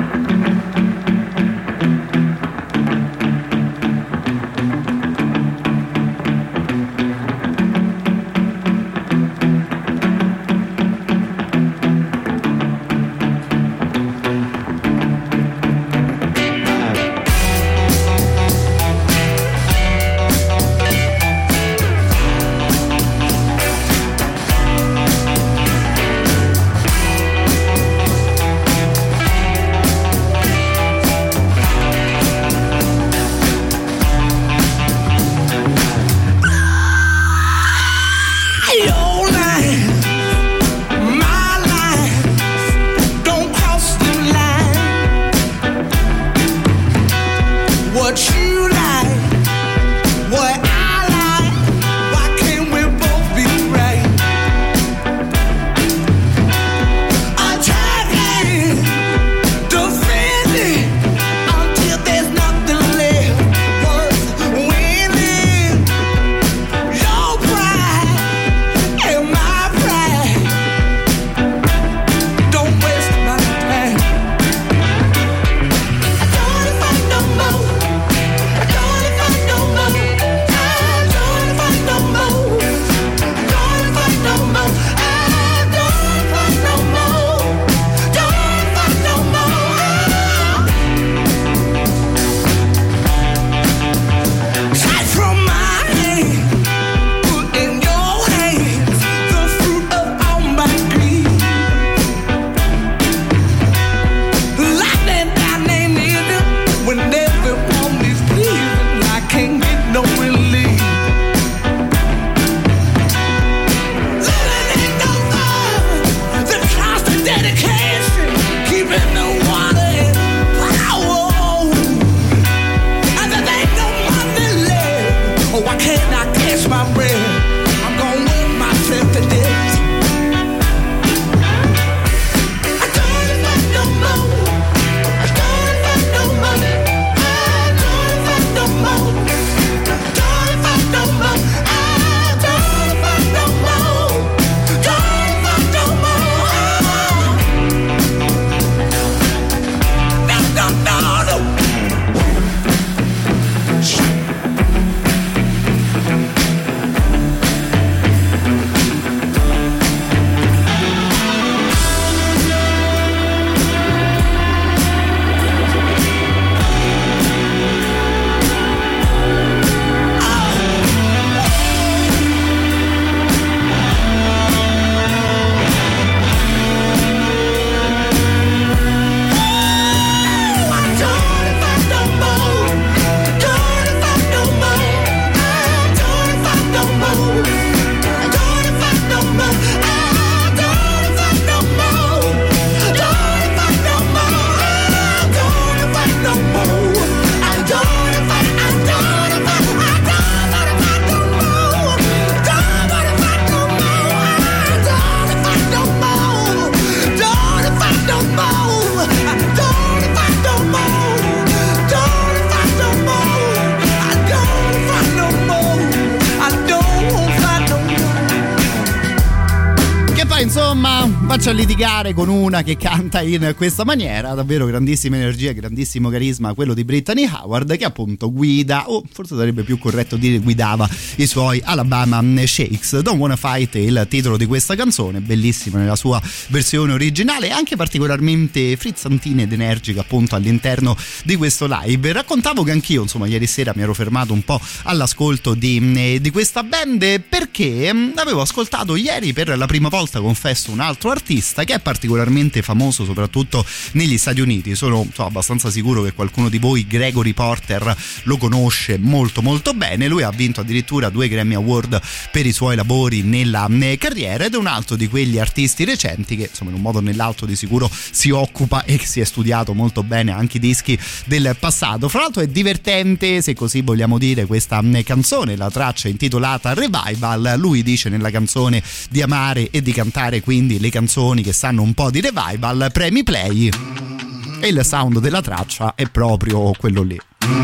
faccia litigare con una che canta in questa maniera. Davvero grandissima energia, grandissimo carisma quello di Brittany Howard, che appunto guida, o forse sarebbe più corretto dire guidava, i suoi Alabama Shakes. Don't Wanna Fight è il titolo di questa canzone, bellissima nella sua versione originale, anche particolarmente frizzantina ed energica appunto all'interno di questo live. Raccontavo che anch'io, insomma, ieri sera mi ero fermato un po' all'ascolto di questa band, perché avevo ascoltato ieri per la prima volta, confesso, un altro artista che è particolarmente famoso soprattutto negli Stati Uniti. Sono abbastanza sicuro che qualcuno di voi Gregory Porter lo conosce molto molto bene. Lui ha vinto addirittura 2 Grammy Award per i suoi lavori nella carriera, ed è un altro di quegli artisti recenti che, insomma, in un modo o nell'altro di sicuro si occupa e si è studiato molto bene anche i dischi del passato. Fra l'altro è divertente, se così vogliamo dire, questa canzone, la traccia intitolata Revival. Lui dice nella canzone di amare e di cantare quindi le canzoni che sanno un po' di revival. Premi play e il sound della traccia è proprio quello lì.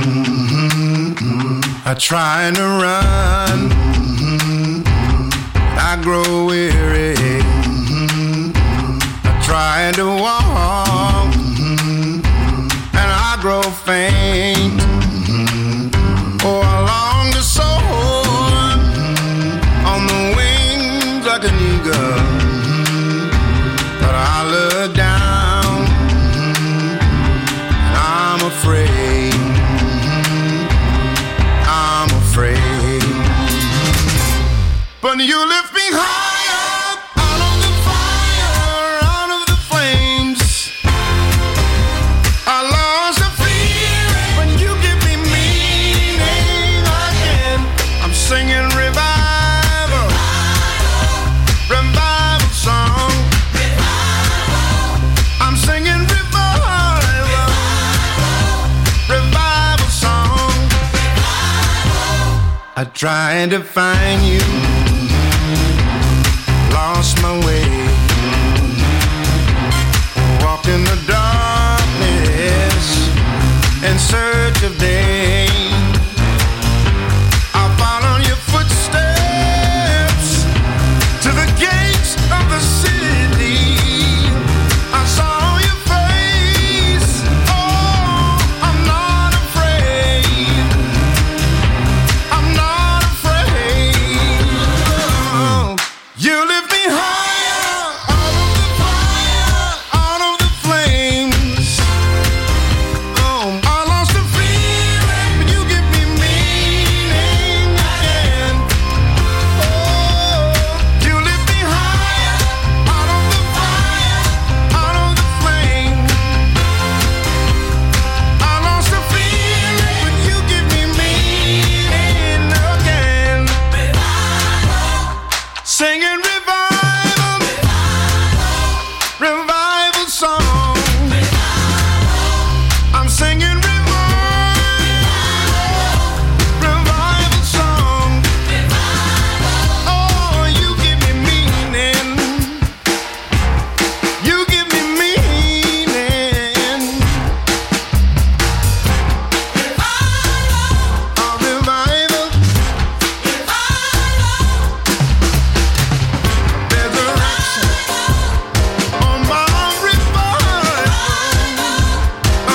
I try to run, I grow weary. I try to walk, and I grow faint. Oh, I long to soar on the wings like an eagle, but I look down, and I'm afraid. I'm afraid. But you lift me higher, out of the fire, out of the flames. I lost the fear when you give me meaning again. I'm singing revival, revival song. I'm singing revival, revival song. I tried to find you, lost my way, walked in the darkness in search of day. I followed your footsteps to the gates of the city. I saw your face. Oh, I'm not afraid. I'm not afraid. Oh, you lift me higher, out of the fire, out of the flames. Oh, I lost the feeling, but you give me meaning again. Oh, you lift me higher, out of the fire, out of the flame. I lost the feeling, but you give me meaning again. Singing revival, revival song. I'm singing revival song. Oh, you give me meaning. You give me meaning. A revival. Resurrection on my revival. Oh,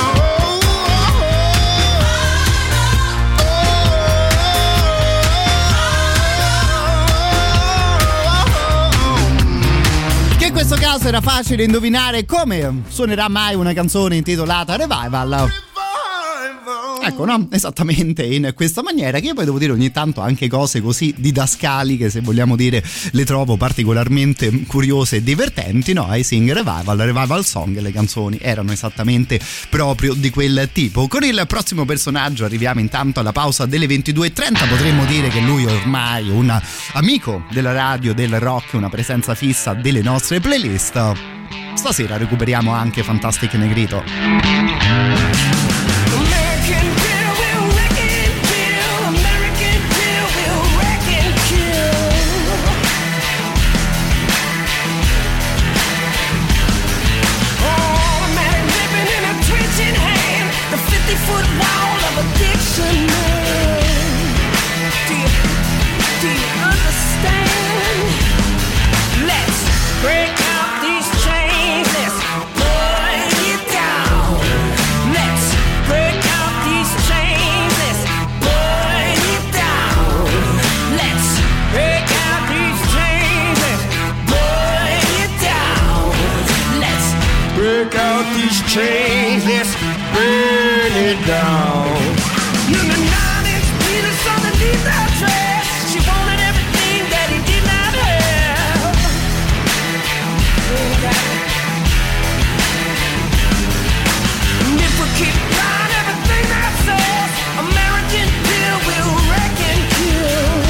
Che in questo caso era facile indovinare come suonerà mai una canzone intitolata Revival. Ecco, no? Esattamente in questa maniera, che io poi devo dire ogni tanto anche cose così didascaliche, se vogliamo dire, le trovo particolarmente curiose e divertenti, no? I Sing Revival, Revival Song, le canzoni erano esattamente proprio di quel tipo. Con il prossimo personaggio arriviamo intanto alla pausa delle 22.30, potremmo dire che lui è ormai un amico della radio, del rock, una presenza fissa delle nostre playlist. Stasera recuperiamo anche Fantastic Negrito. American Girl will wreck and kill. American Girl will wreck and kill. Automatic weapon in a twitching hand. The 50-foot wall of addiction. Do you understand? Let's break out these change this, burn it down. In the 90s, Venus underneath that dress, she wanted everything that he did not have. And if we keep buying everything that sells, American Pill will wreck and kill.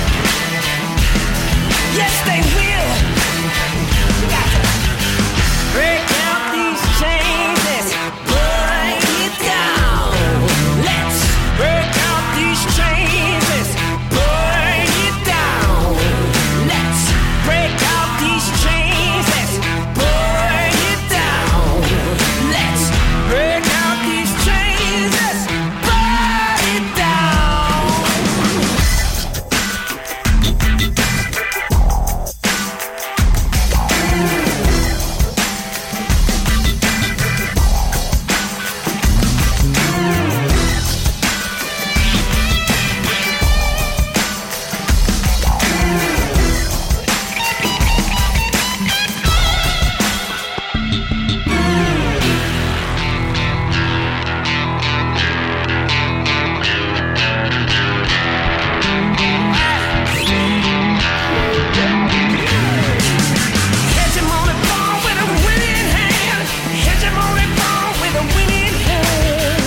Yes, they will. We got to break out these chains, let's break it down. Let's break out these chains, let's break it down. Let's break out these chains, let's break it down. Let's break out these chains, let's break it down. Hegemony ball with a winning hand. Hegemony ball with a winning hand.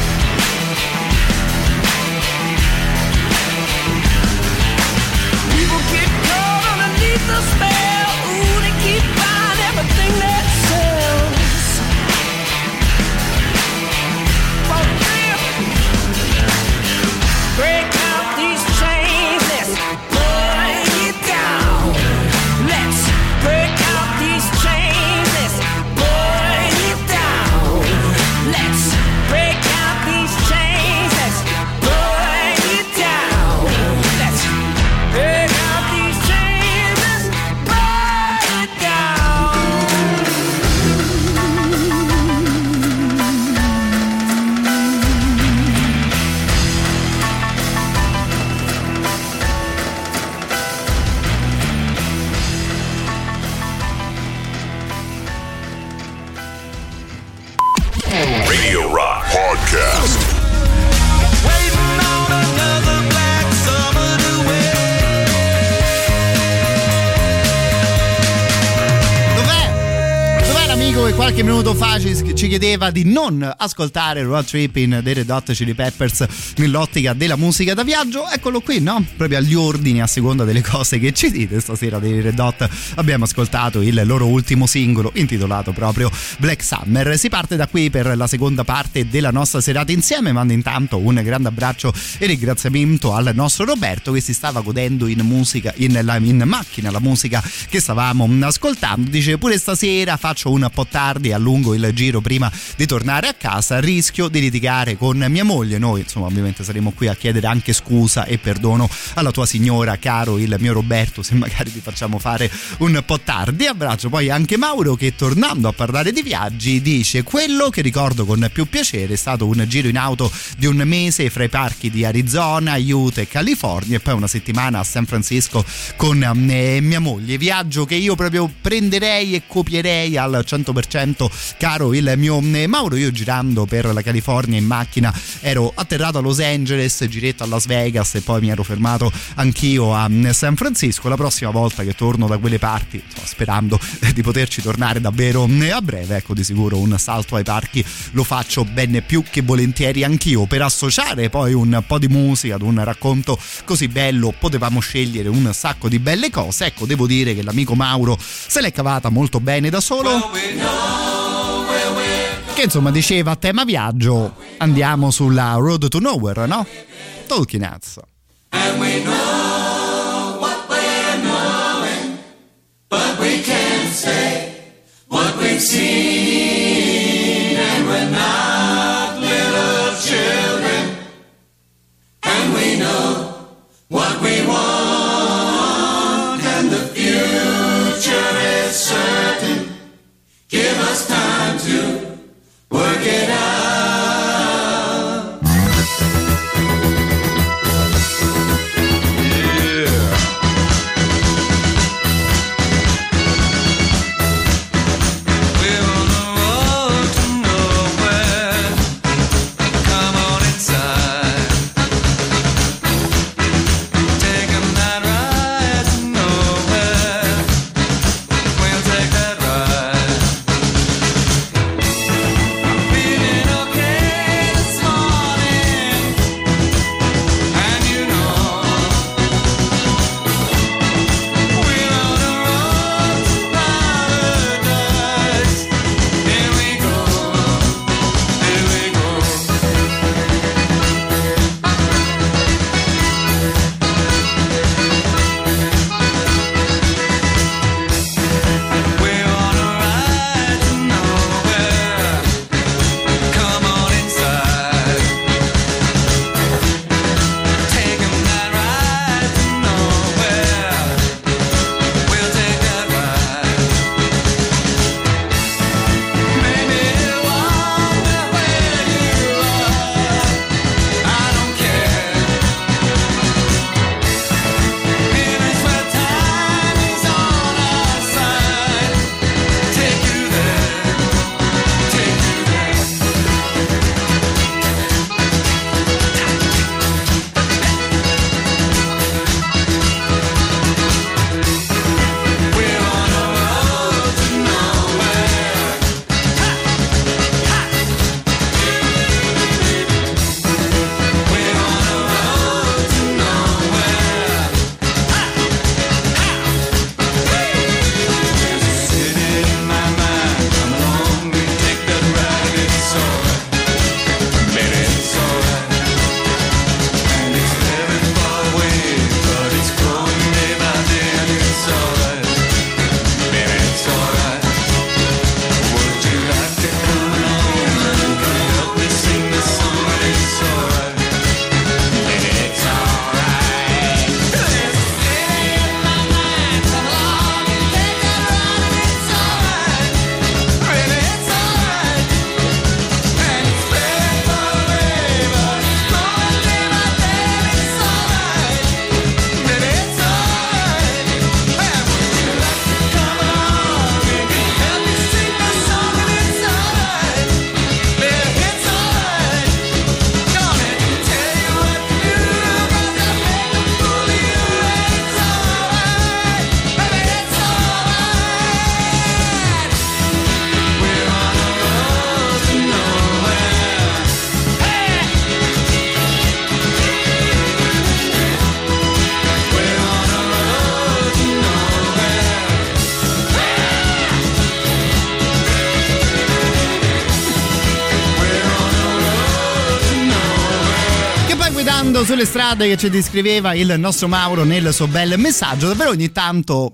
People get caught underneath the spell. Ooh, they keep buying everything that sells. For real. Break out these chains, let's break it down. Let's break out these chains, let's break it down. Let's break out these chains, let's break it down. Let's break out these chains, let's break it down. Radio Rock Podcast. Waiting on another black summer to Dov'è l'amico che qualche minuto fa ci chiedeva di non ascoltare Road Trippin' dei Red Hot Chili Peppers nell'ottica della musica da viaggio? Eccolo qui, no? Proprio agli ordini, a seconda delle cose che ci dite. Stasera dei Red Hot abbiamo ascoltato il loro ultimo singolo intitolato proprio Black Summer. Si parte da qui per la seconda parte della nostra serata insieme. Mando intanto un grande abbraccio e ringraziamento al nostro Roberto che si stava godendo in musica in macchina la musica che stavamo ascoltando. Dice: pure stasera faccio un po' tardi, allungo il giro prima di tornare a casa, rischio di litigare con mia moglie. Noi insomma ovviamente saremo qui a chiedere anche scusa e perdono alla tua signora, caro il mio Roberto, se magari ti facciamo fare un po' tardi. Abbraccio poi anche Mauro che, tornando a parlare di viaggi, dice: quello che ricordo con più piacere è stato un giro in auto di un mese fra i parchi di Arizona, Utah e California e poi una settimana a San Francisco con mia moglie. Viaggio che io proprio prenderei e copierei al 100%, caro il mio Mauro. Io girando per la California in macchina ero atterrato a Los Angeles, giretto a Las Vegas e poi mi ero fermato anch'io a San Francisco. La prossima volta che torno da quelle parti, sperando di poterci tornare davvero a breve, ecco, di sicuro un salto ai parchi lo faccio ben più che volentieri anch'io. Per associare poi un po' di musica ad un racconto così bello potevamo scegliere un sacco di belle cose. Ecco, devo dire che l'amico Mauro se l'è cavata molto bene da solo, che insomma diceva a tema viaggio andiamo sulla Road to Nowhere, no? Talking Heads. And we know what we're knowing, but we can't say what we've seen, and we're not little children, and we know what we want, and the future is certain. Give us time to work it out. Well, guidando sulle strade, che ci descriveva il nostro Mauro nel suo bel messaggio. Davvero ogni tanto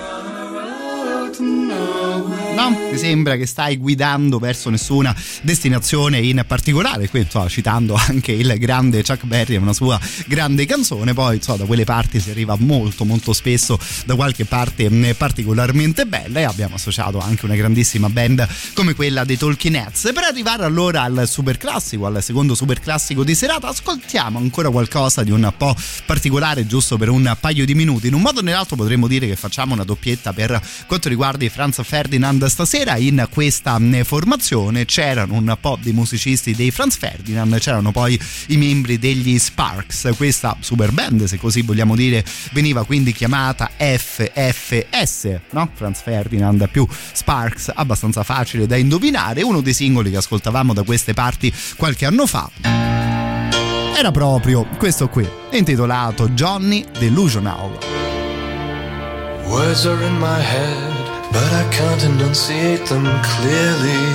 no? Ti sembra che stai guidando verso nessuna destinazione in particolare? Qui citando anche il grande Chuck Berry e una sua grande canzone. Poi da quelle parti si arriva molto molto spesso da qualche parte particolarmente bella, e abbiamo associato anche una grandissima band come quella dei Talking Heads. Per arrivare allora al super classico, al secondo super classico di serata, ascoltiamo ancora qualcosa di un po' particolare, giusto per un paio di minuti. In un modo o nell'altro potremmo dire che facciamo una doppietta per quanto riguarda i Franz Ferdinand. Stasera in questa formazione c'erano un po' dei musicisti dei Franz Ferdinand, c'erano poi i membri degli Sparks. Questa super band, se così vogliamo dire, veniva quindi chiamata FFS, no? Franz Ferdinand più Sparks, abbastanza facile da indovinare. Uno dei singoli che ascoltavamo da queste parti qualche anno fa era proprio questo qui, intitolato Johnny Delusional. Words are in my head, but I can't enunciate them clearly.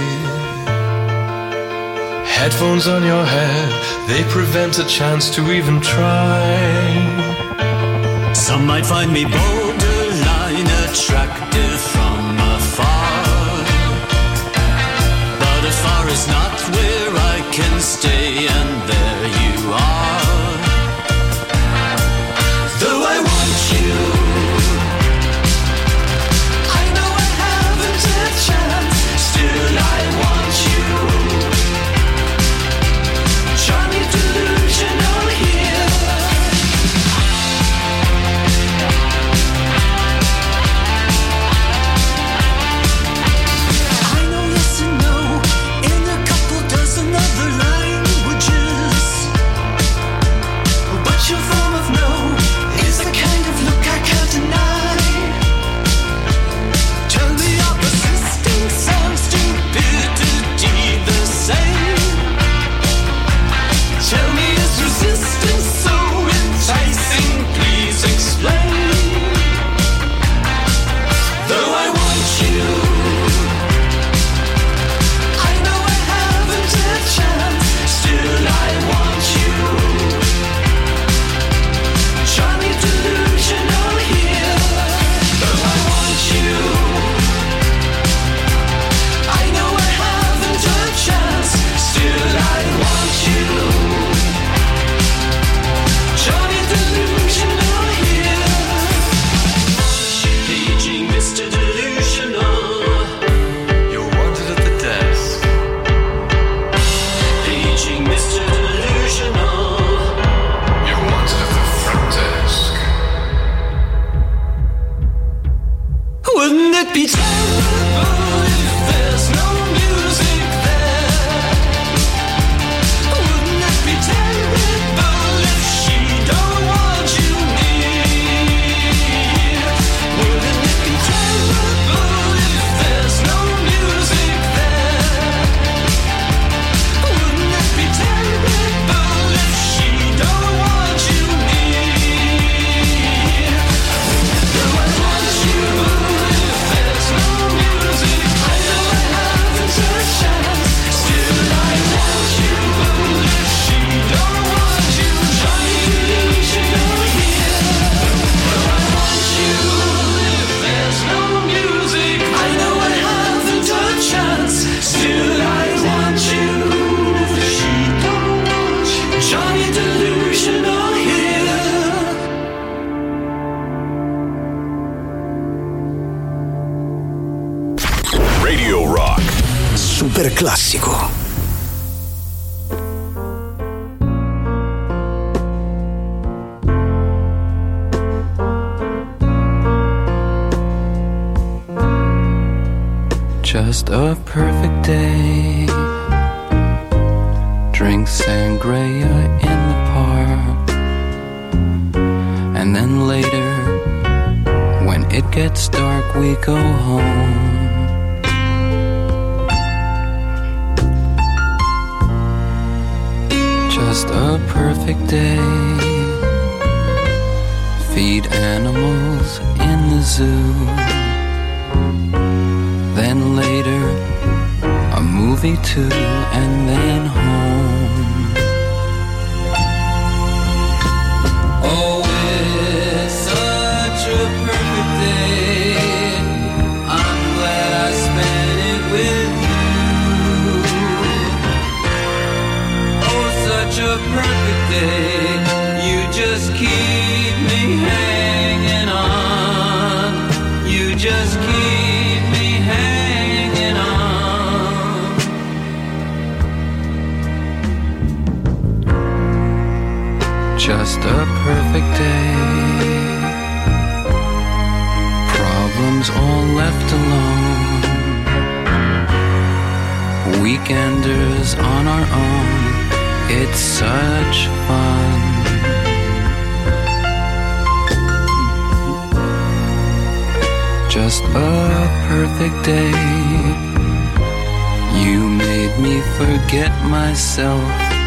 Headphones on your head, they prevent a chance to even try. Some might find me borderline attractive from afar, but afar is not where I can stay, and there you are. Though I want you, still I want you. Johnny Delusional here. I know yes and no in a couple dozen other languages, but your form of no is the kind of look I can't deny. Tell me your persistence and stupidity the same. Tell me, is resistance so enticing? Please explain. Though I want you, I know I haven't a chance. Still I want you. Johnny Delusional here. Though I want you, I know I haven't a chance. Still I want you. Johnny Delusional here. Paging Mr. Delusional. You're wanted at the desk. Paging Mr. Delusional. You're wanted at the front desk. Wouldn't it be terrible if there's no music there? Wouldn't it be terrible if she don't want you near? Wouldn't it be terrible if there's no music there? Wouldn't it be terrible if she don't want you near? Though I want you, if there's no music, I know I haven't a chance. Still I want you, if she don't want you, Johnny Delusional here. Though I want you, if there's no music, I know I haven't a chance. Still I want you, if she don't want you, Johnny Delusional here. Radio Rock. Super classico. Just a perfect day. Drink sangria in the park, and then later, when it gets dark, we go home. Just a perfect day. Feed animals in the zoo. Then later, a movie too, and then home. such a perfect day. You just keep me hanging on. You just keep me hanging on. Just a perfect day. Problems all left alone. Weekenders on our own. It's such fun. Just a perfect day. You made me forget myself.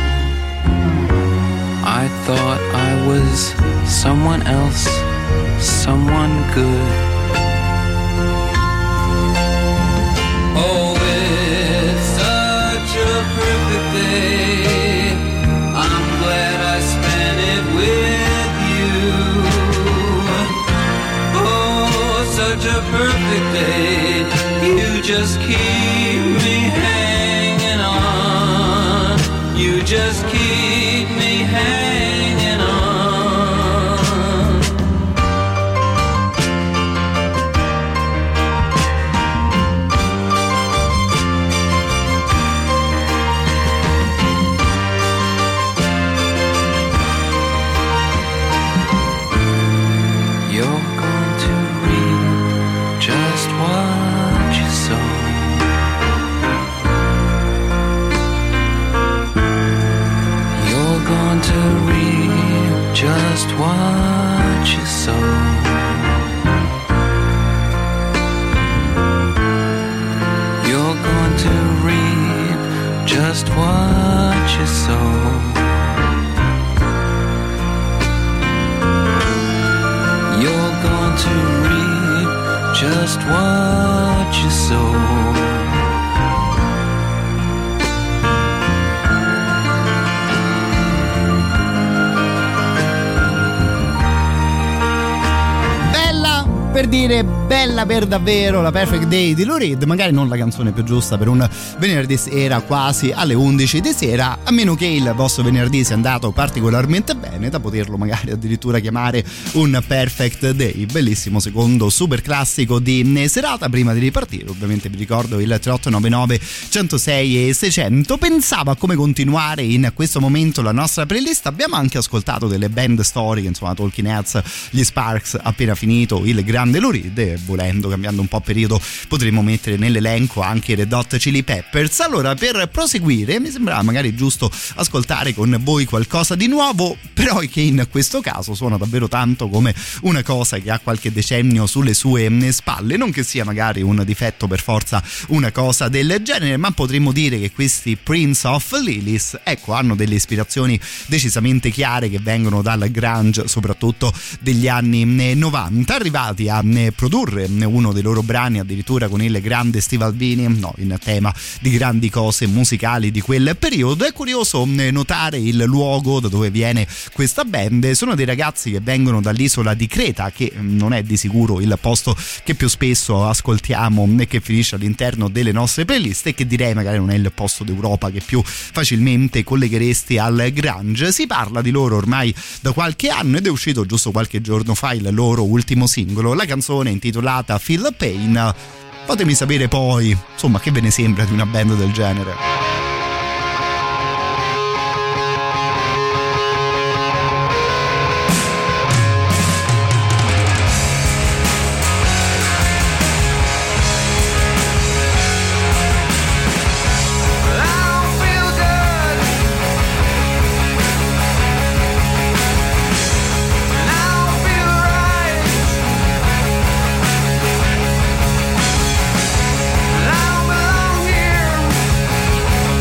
I thought I was someone else, someone good. Oh, it's such a perfect day. I'm glad I spent it with you. Oh, such a perfect day. You just keep me hanging on. You just keep me hanging on. You're going to reap just what you sow. You're going to reap just what you sow. You're going to reap just what you sow. You're going to reap just what you sow. Per dire bella per davvero la Perfect Day di Lou Reed, magari non la canzone più giusta per un venerdì sera quasi alle 11 di sera, a meno che il vostro venerdì sia andato particolarmente bene da poterlo magari addirittura chiamare un Perfect Day. Bellissimo secondo super classico di serata. Prima di ripartire ovviamente vi ricordo il 3899 106 e 600. Pensavo a come continuare in questo momento la nostra playlist. Abbiamo anche ascoltato delle band storiche, insomma Talking Heads, gli Sparks, appena finito il grande Lou Reed, e volendo, cambiando un po' periodo, potremmo mettere nell'elenco anche i Red Hot Chili Peppers. Allora, per proseguire mi sembrava magari giusto ascoltare con voi qualcosa di nuovo, però che in questo caso suona davvero tanto come una cosa che ha qualche decennio sulle sue spalle. Non che sia magari un difetto per forza una cosa del genere, ma potremmo dire che questi Prince of Lilies, ecco, hanno delle ispirazioni decisamente chiare che vengono dal grunge, soprattutto degli anni 90, arrivati a produrre uno dei loro brani addirittura con il grande Steve Albini, in tema di grandi cose musicali di quel periodo. È curioso notare il luogo da dove viene questa band. Sono dei ragazzi che vengono dall'isola di Creta, che non è di sicuro il posto che più spesso ascoltiamo e che finisce all'interno delle nostre playlist, e che direi magari non è il posto d'Europa che più facilmente collegheresti al grunge. Si parla di loro ormai da qualche anno ed è uscito giusto qualche giorno fa il loro ultimo singolo. La canzone è intitolata Feel Pain. Fatemi sapere poi, insomma, che ve ne sembra di una band del genere. I don't belong here.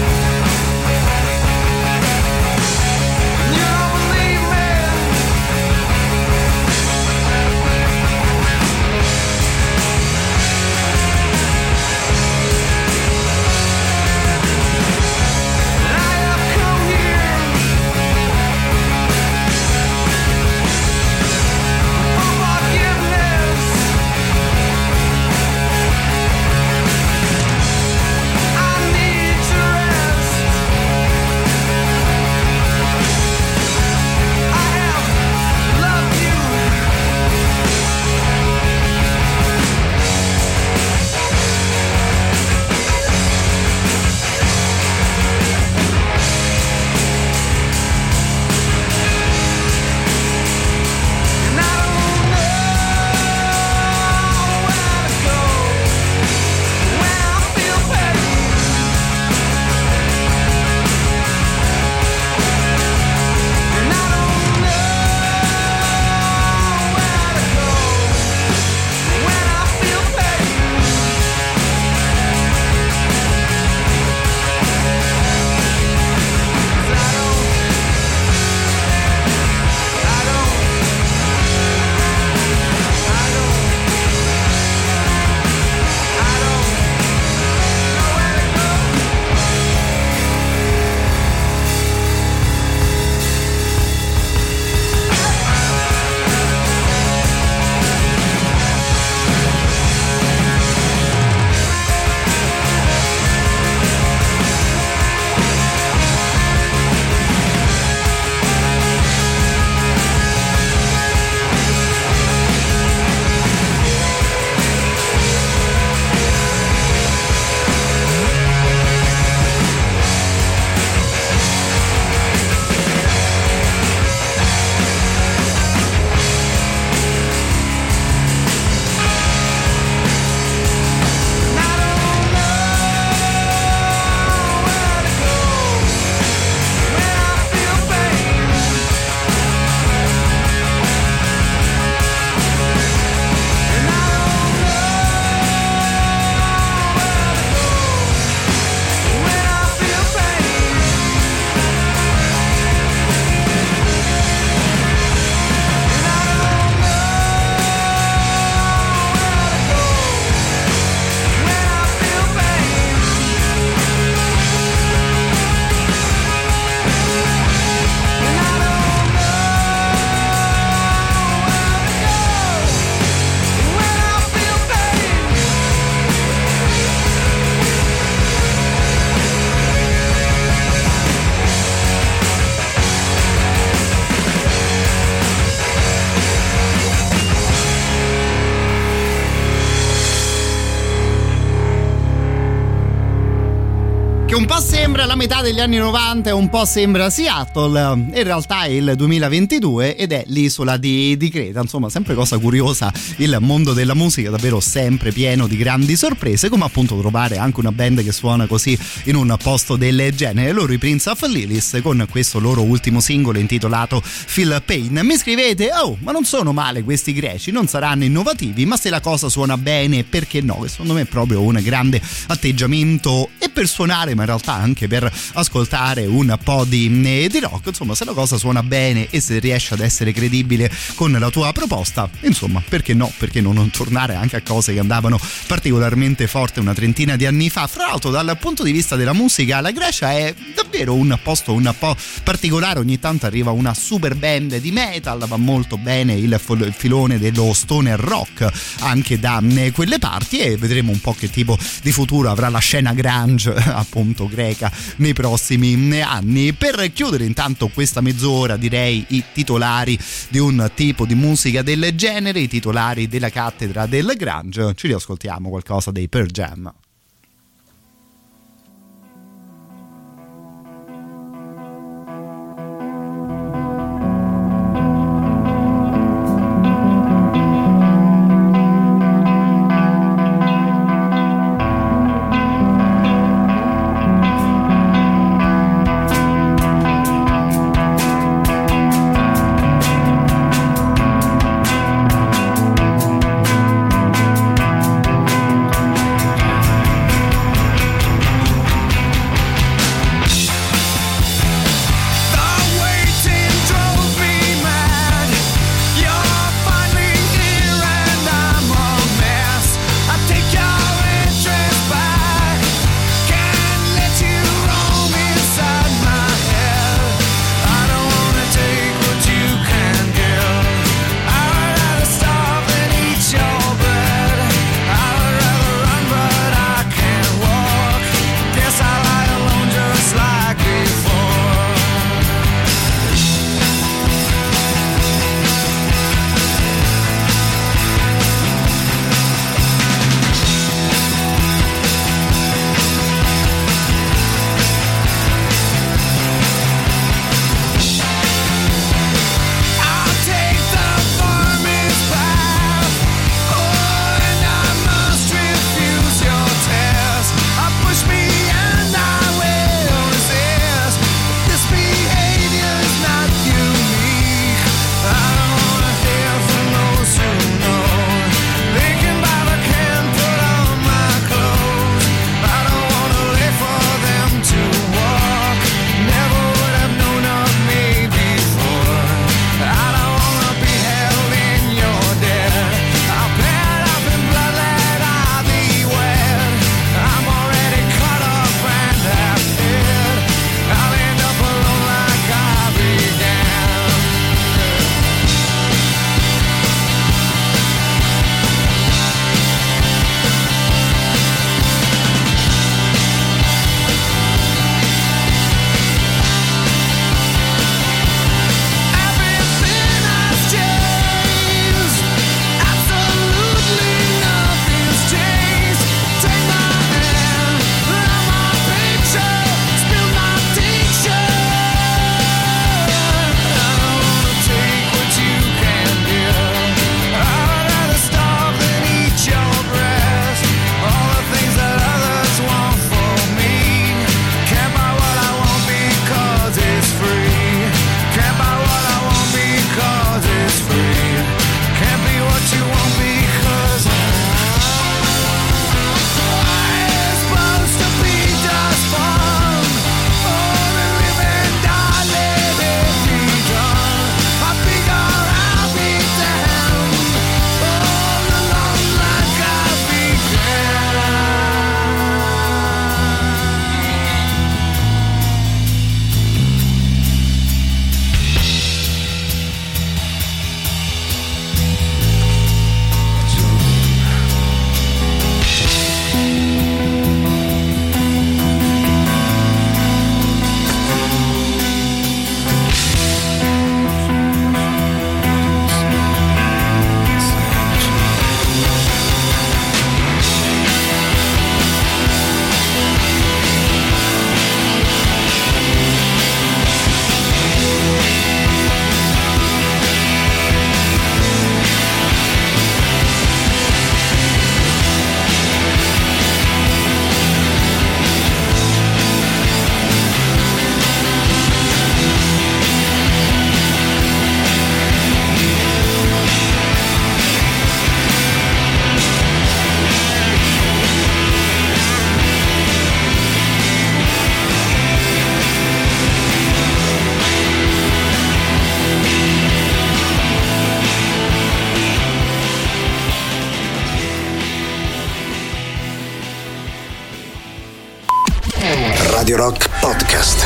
sembra la metà degli anni 90 e un po' sembra Seattle, in realtà è il 2022 ed è l'isola di Creta. Insomma, sempre cosa curiosa, il mondo della musica davvero sempre pieno di grandi sorprese, come appunto trovare anche una band che suona così in un posto del genere. Loro i Prince of Lilith con questo loro ultimo singolo intitolato Feel Pain. Mi scrivete: oh, ma non sono male questi greci, non saranno innovativi, ma se la cosa suona bene, perché no? Che secondo me è proprio un grande atteggiamento, e per suonare, ma in realtà anche per ascoltare un po' di rock. Insomma, se la cosa suona bene e se riesce ad essere credibile con la tua proposta, insomma, perché no? Perché non tornare anche a cose che andavano particolarmente forte una trentina di anni fa. Fra l'altro, dal punto di vista della musica, la Grecia è davvero un posto un po' particolare. Ogni tanto arriva una super band di metal, va molto bene il filone dello stoner rock anche da quelle parti, e vedremo un po' che tipo di futuro avrà la scena grunge appunto greca nei prossimi anni. Per chiudere intanto questa mezz'ora, direi i titolari di un tipo di musica del genere, i titolari della cattedra del grunge. Ci riascoltiamo qualcosa dei Pearl Jam. Radio Rock Podcast.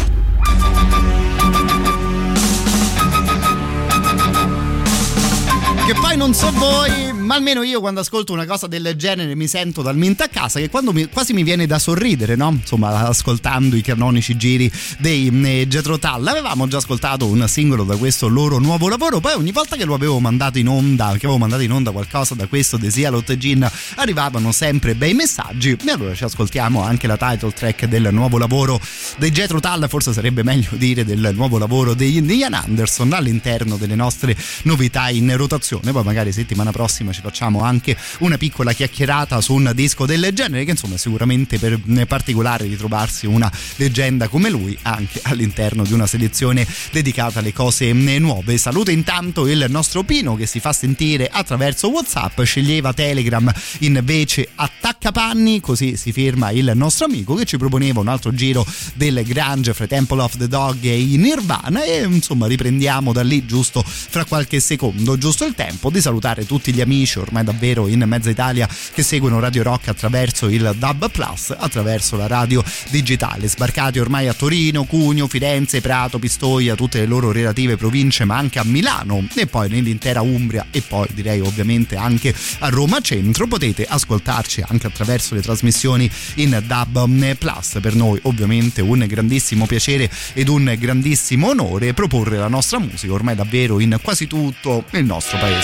Che poi non so voi, ma almeno io quando ascolto una cosa del genere mi sento talmente a casa che quasi mi viene da sorridere, no? Insomma, ascoltando i canonici giri dei Jethro Tull. Avevamo già ascoltato un singolo da questo loro nuovo lavoro, poi ogni volta che lo avevo mandato in onda, qualcosa da questo The Cialot Gin, arrivavano sempre bei messaggi. E allora ci ascoltiamo anche la title track del nuovo lavoro dei Jethro Tull, forse sarebbe meglio dire del nuovo lavoro degli Ian Anderson, all'interno delle nostre novità in rotazione. Poi magari settimana prossima ci facciamo anche una piccola chiacchierata su un disco del genere, che insomma sicuramente per particolare ritrovarsi una leggenda come lui anche all'interno di una selezione dedicata alle cose nuove. Saluto intanto il nostro Pino che si fa sentire attraverso WhatsApp, sceglieva Telegram invece attaccapanni, così si firma il nostro amico, che ci proponeva un altro giro del grunge fra Temple of the Dog e i Nirvana, e insomma riprendiamo da lì giusto fra qualche secondo, giusto il tempo di salutare tutti gli amici ormai davvero in mezza Italia che seguono Radio Rock attraverso il DAB+, attraverso la radio digitale, sbarcati ormai a Torino, Cuneo, Firenze, Prato, Pistoia, tutte le loro relative province, ma anche a Milano e poi nell'intera Umbria e poi direi ovviamente anche a Roma Centro. Potete ascoltarci anche attraverso le trasmissioni in DAB+. Per noi ovviamente un grandissimo piacere ed un grandissimo onore proporre la nostra musica ormai davvero in quasi tutto il nostro paese.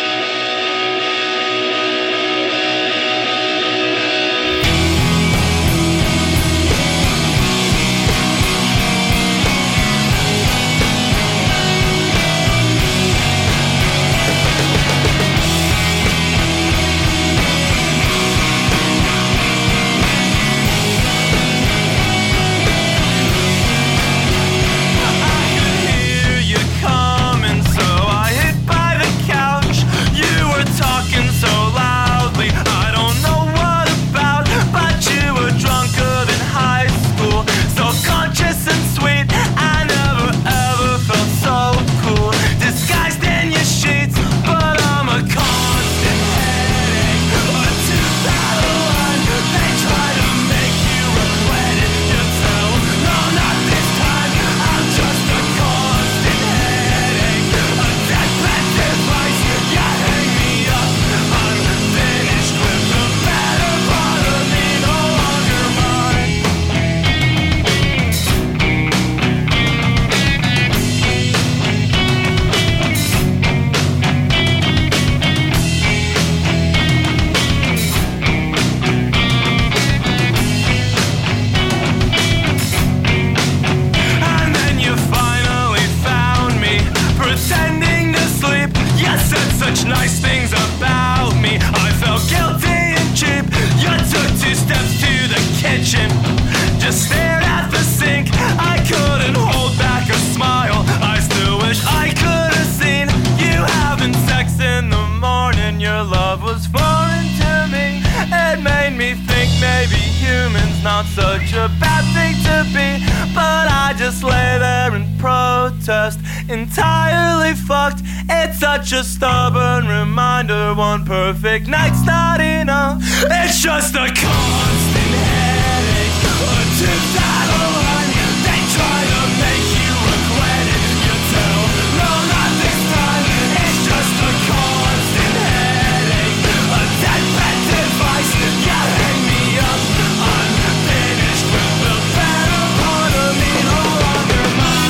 Entirely fucked. It's such a stubborn reminder. One perfect night's not enough. It's just a constant headache. A tip-tattle-line. They try to make you regret it. You tell, no, not this time. It's just a constant headache. A dead pet device. You hang me up. I'm finished with the better part of me. No longer mine.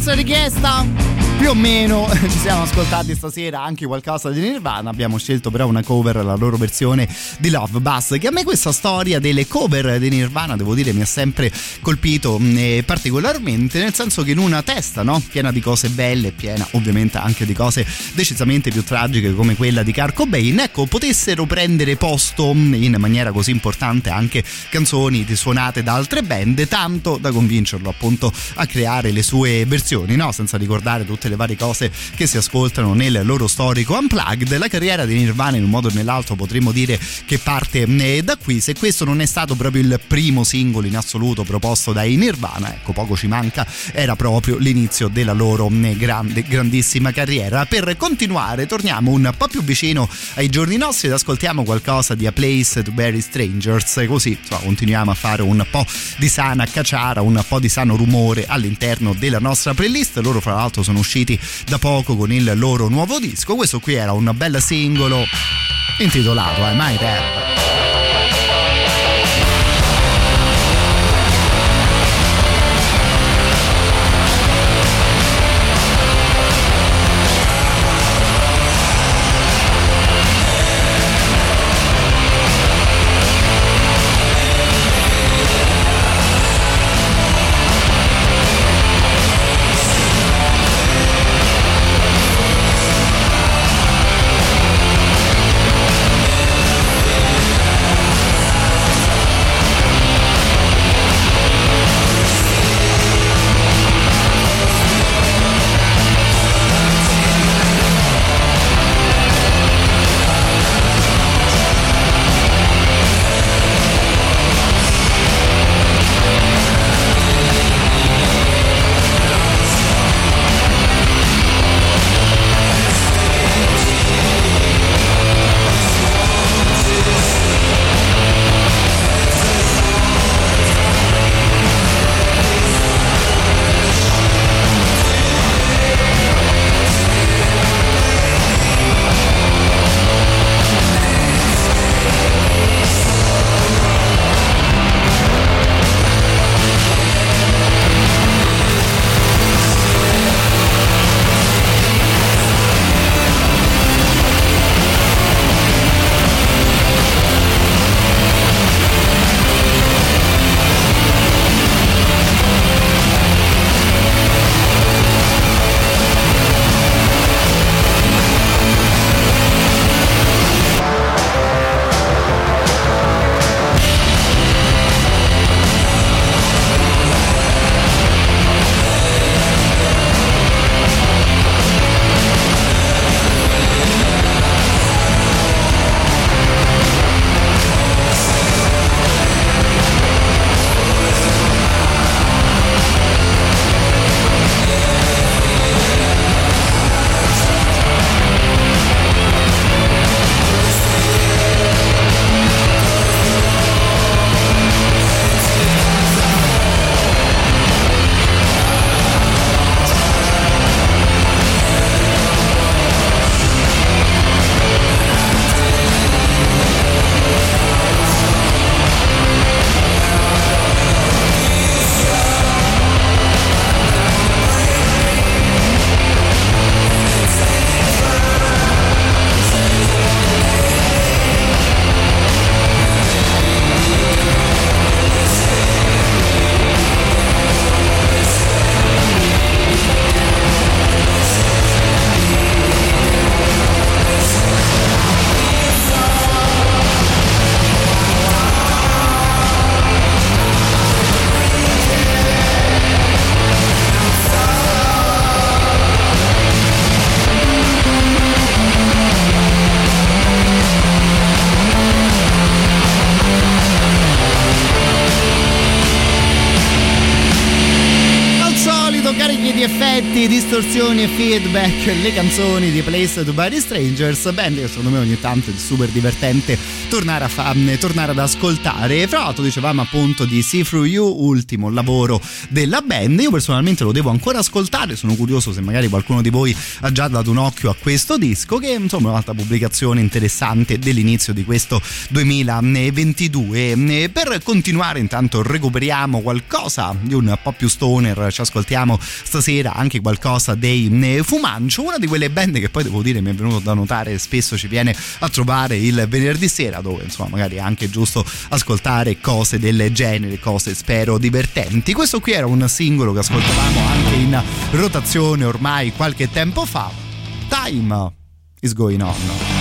vostra richiesta più o meno ci siamo ascoltati stasera anche qualcosa di Nirvana. Abbiamo scelto però una cover, la loro versione di Love Bus, che a me questa storia delle cover di Nirvana devo dire mi ha sempre colpito particolarmente, nel senso che in una testa, no, piena di cose belle, piena ovviamente anche di cose decisamente più tragiche come quella di Kurt Cobain, ecco, potessero prendere posto in maniera così importante anche canzoni suonate da altre band, tanto da convincerlo appunto a creare le sue versioni, no? Senza ricordare tutte le varie cose che si ascoltano nel loro storico Unplugged. La carriera di Nirvana in un modo o nell'altro potremmo dire che parte da qui. Se questo non è stato proprio il primo singolo in assoluto proposto dai Nirvana, ecco, poco ci manca, era proprio l'inizio della loro grandissima carriera. Per continuare torniamo un po' più vicino ai giorni nostri ed ascoltiamo qualcosa di A Place to Bury Strangers, così insomma, continuiamo a fare un po' di sana cacciara, un po' di sano rumore all'interno della nostra playlist. Loro fra l'altro sono usciti da poco con il loro nuovo disco. Questo qui era un bel singolo intitolato My Dad. effetti, distorsioni e Feedback, le canzoni di Place to Bury Strangers, band che secondo me ogni tanto è super divertente tornare ad ascoltare. Fra l'altro dicevamo appunto di See Through You, ultimo lavoro della band. Io personalmente lo devo ancora ascoltare, sono curioso se magari qualcuno di voi ha già dato un occhio a questo disco, che insomma è un'altra pubblicazione interessante dell'inizio di questo 2022. Per continuare intanto recuperiamo qualcosa di un po' più stoner, ci ascoltiamo stasera anche qualcosa dei Fu Manchu, una di quelle band che poi devo dire mi è venuto da notare spesso ci viene a trovare il venerdì sera, dove insomma magari è anche giusto ascoltare cose del genere, cose spero divertenti. Questo qui era un singolo che ascoltavamo anche in rotazione ormai qualche tempo fa, Time is Going On.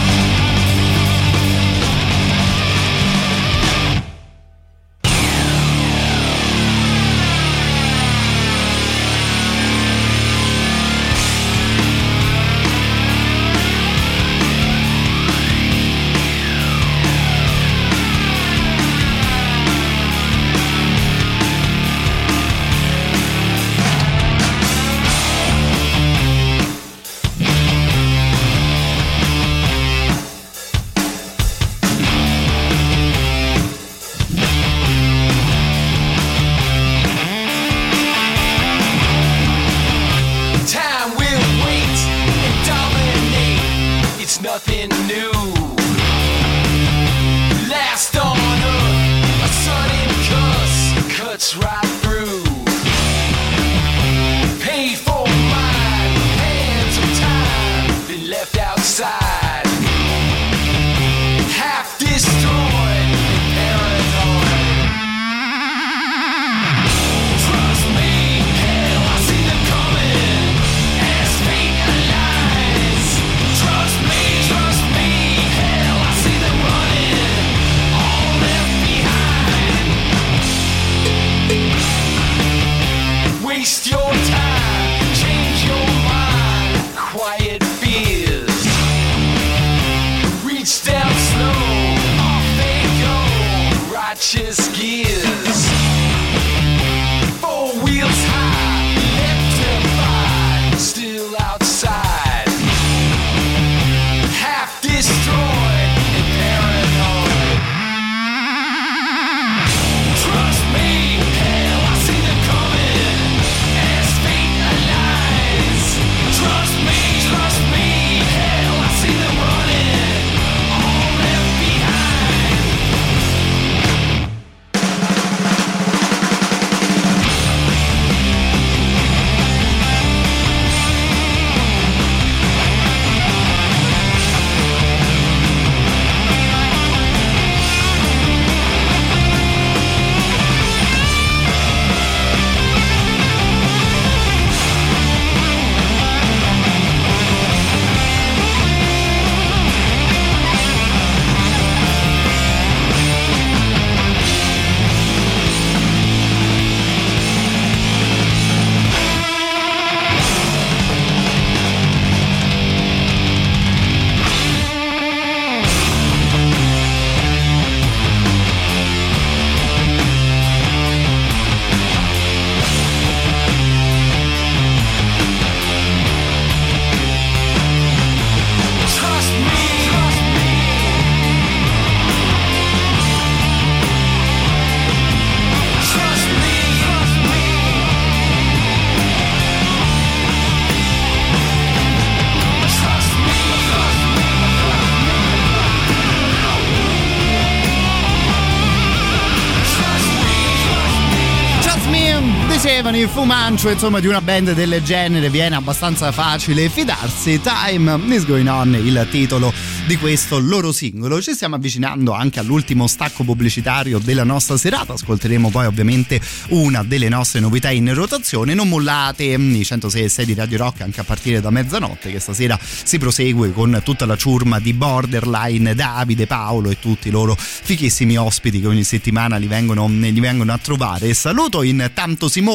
I Fu Manchu, insomma, di una band del genere viene abbastanza facile fidarsi. Time is Going On, il titolo di questo loro singolo. Ci stiamo avvicinando anche all'ultimo stacco pubblicitario della nostra serata. Ascolteremo poi ovviamente una delle nostre novità in rotazione. Non mollate i 106.6 di Radio Rock anche a partire da mezzanotte, che stasera si prosegue con tutta la ciurma di Borderline, Davide, Paolo e tutti i loro fichissimi ospiti che ogni settimana li vengono a trovare. Saluto intanto Simone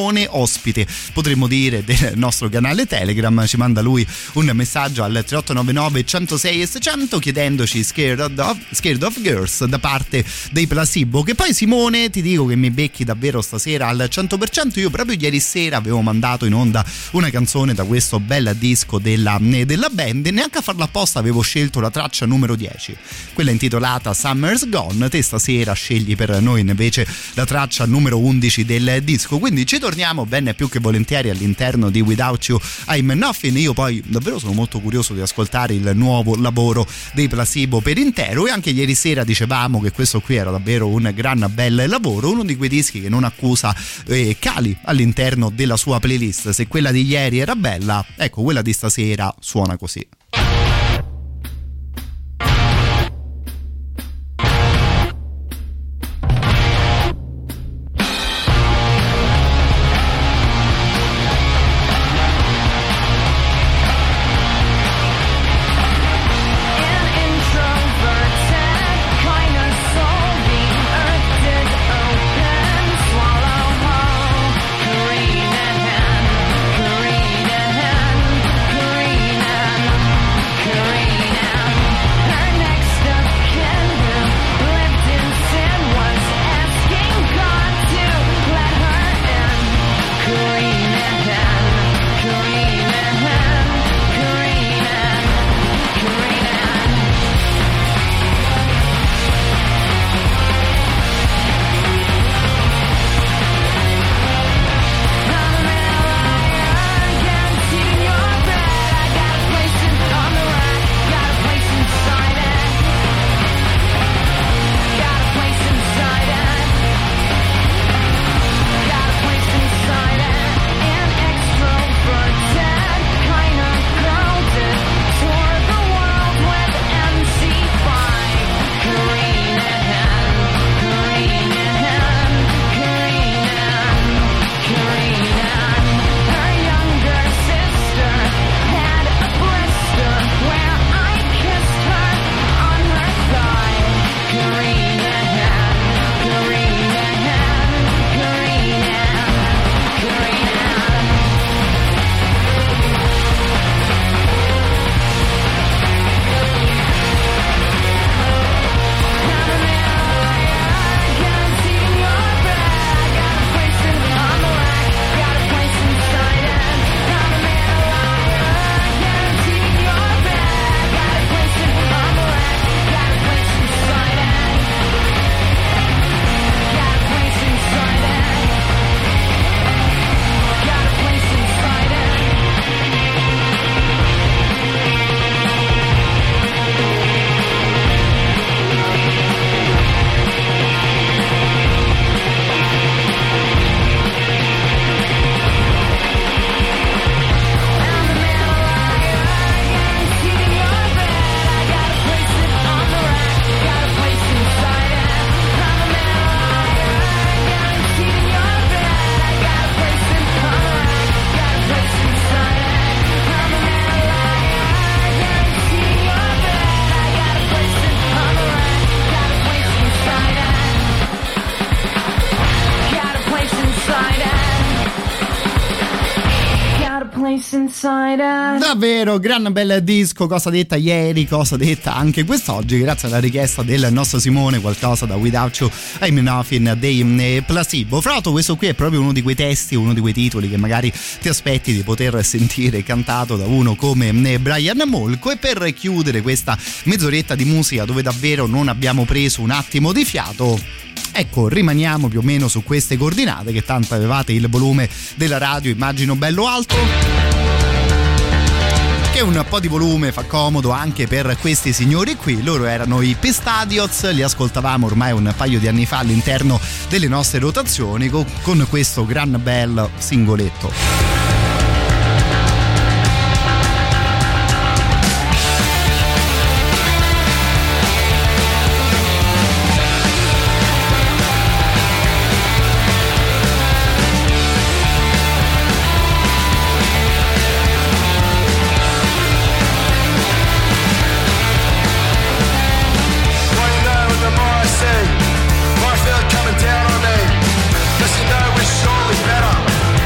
Simone, ospite potremmo dire del nostro canale Telegram. Ci manda lui un messaggio al 3899 106 e 600 chiedendoci Scared of Girls da parte dei Placebo, che poi Simone ti dico che mi becchi davvero stasera al 100%. Io proprio ieri sera avevo mandato in onda una canzone da questo bel disco della band e neanche a farla apposta avevo scelto la traccia numero 10, quella intitolata Summer's Gone. Te stasera scegli per noi invece la traccia numero 11 del disco, quindi ci torniamo ben più che volentieri all'interno di Without You I'm Nothing. Io poi davvero sono molto curioso di ascoltare il nuovo lavoro dei Placebo per intero, e anche ieri sera dicevamo che questo qui era davvero un gran bel lavoro, uno di quei dischi che non accusa cali all'interno della sua playlist. Se quella di ieri era bella, ecco, quella di stasera suona così. Davvero gran bel disco, cosa detta ieri, cosa detta anche quest'oggi, grazie alla richiesta del nostro Simone, qualcosa da Without You I'm Nothing dei Placebo. Fra l'altro questo qui è proprio uno di quei testi, uno di quei titoli che magari ti aspetti di poter sentire cantato da uno come Brian Molko. E per chiudere questa mezz'oretta di musica dove davvero non abbiamo preso un attimo di fiato, ecco, rimaniamo più o meno su queste coordinate, che tanto avevate il volume della radio immagino bello alto, che un po' di volume fa comodo anche per questi signori qui. Loro erano i Pistadiots, li ascoltavamo ormai un paio di anni fa all'interno delle nostre rotazioni con questo gran bel singoletto. Coming down on me, 'cause you know we're surely better.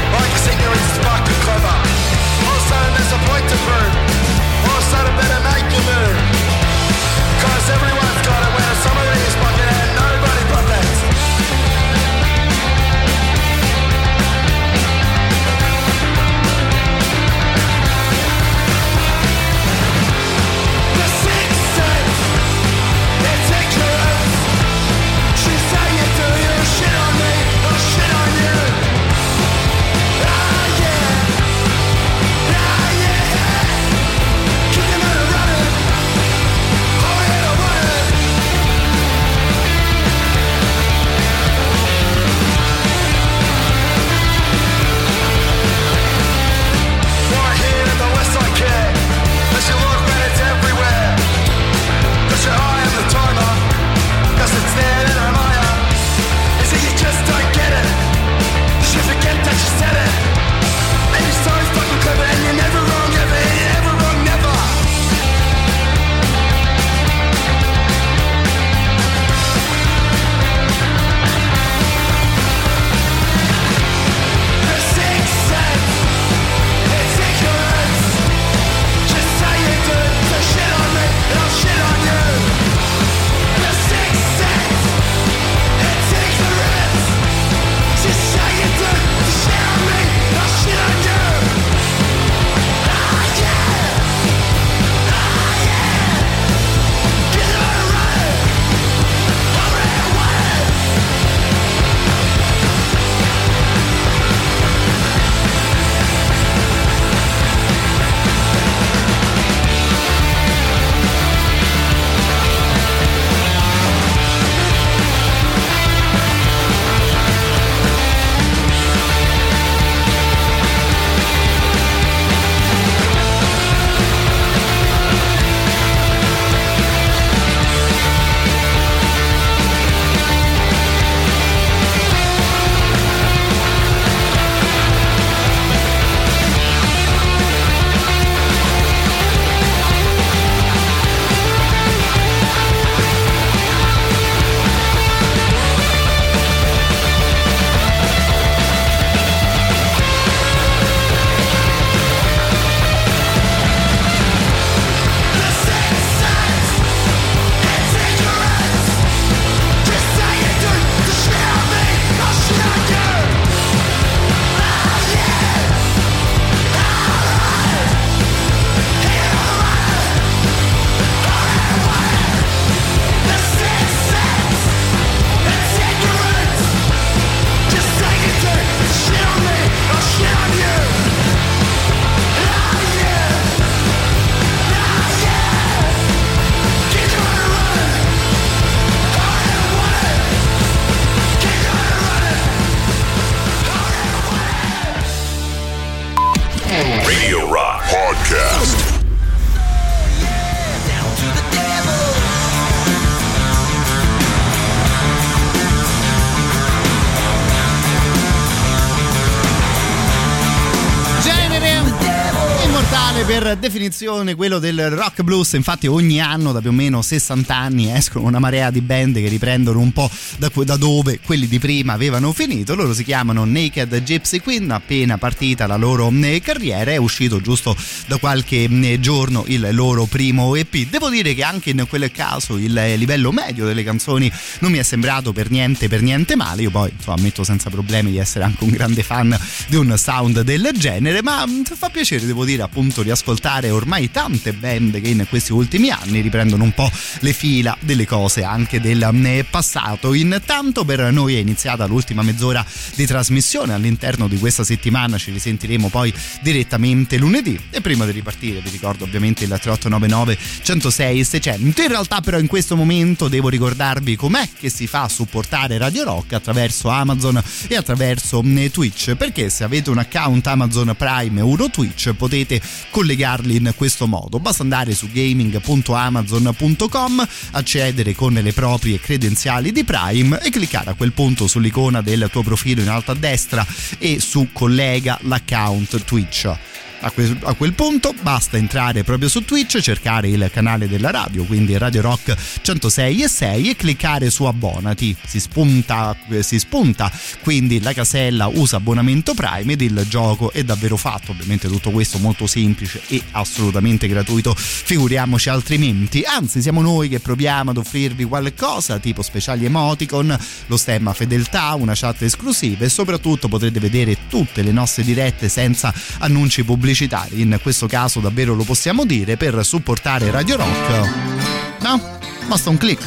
per definizione quello del rock blues. Infatti ogni anno da più o meno 60 anni escono una marea di band che riprendono un po' da dove quelli di prima avevano finito. Loro si chiamano Naked Gypsy Queen, appena partita la loro carriera, è uscito giusto da qualche giorno il loro primo EP. Devo dire che anche in quel caso il livello medio delle canzoni non mi è sembrato per niente male. Io poi ammetto senza problemi di essere anche un grande fan di un sound del genere, ma fa piacere, devo dire, appunto riascoltare ormai tante band che in questi ultimi anni riprendono un po' le fila delle cose anche del passato. Intanto per noi è iniziata l'ultima mezz'ora di trasmissione. All'interno di questa settimana ci risentiremo poi direttamente lunedì, e prima di ripartire vi ricordo ovviamente il 3899 106 600. In realtà però in questo momento devo ricordarvi com'è che si fa a supportare Radio Rock attraverso Amazon e attraverso Twitch, perché se avete un account Amazon Prime o uno Twitch potete collegarli in questo modo. Basta andare su gaming.amazon.com, accedere con le proprie credenziali di Prime e cliccare a quel punto sull'icona del tuo profilo in alto a destra e su collega l'account Twitch. A quel punto basta entrare proprio su Twitch, cercare il canale della radio, quindi Radio Rock 106.6, e cliccare su abbonati. Si spunta quindi la casella usa abbonamento Prime ed il gioco è davvero fatto. Ovviamente tutto questo molto semplice e assolutamente gratuito, figuriamoci altrimenti. Anzi, siamo noi che proviamo ad offrirvi qualcosa tipo speciali emoticon, lo stemma fedeltà, una chat esclusiva, e soprattutto potrete vedere tutte le nostre dirette senza annunci pubblicitari. In questo caso davvero lo possiamo dire, per supportare Radio Rock, no? Basta un click.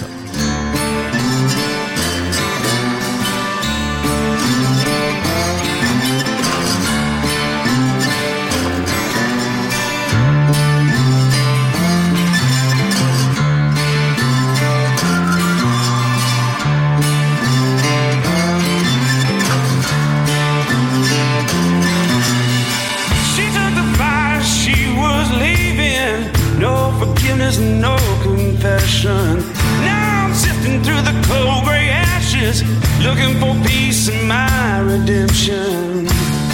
No confession. Now I'm sifting through the cold gray ashes, looking for peace and my redemption.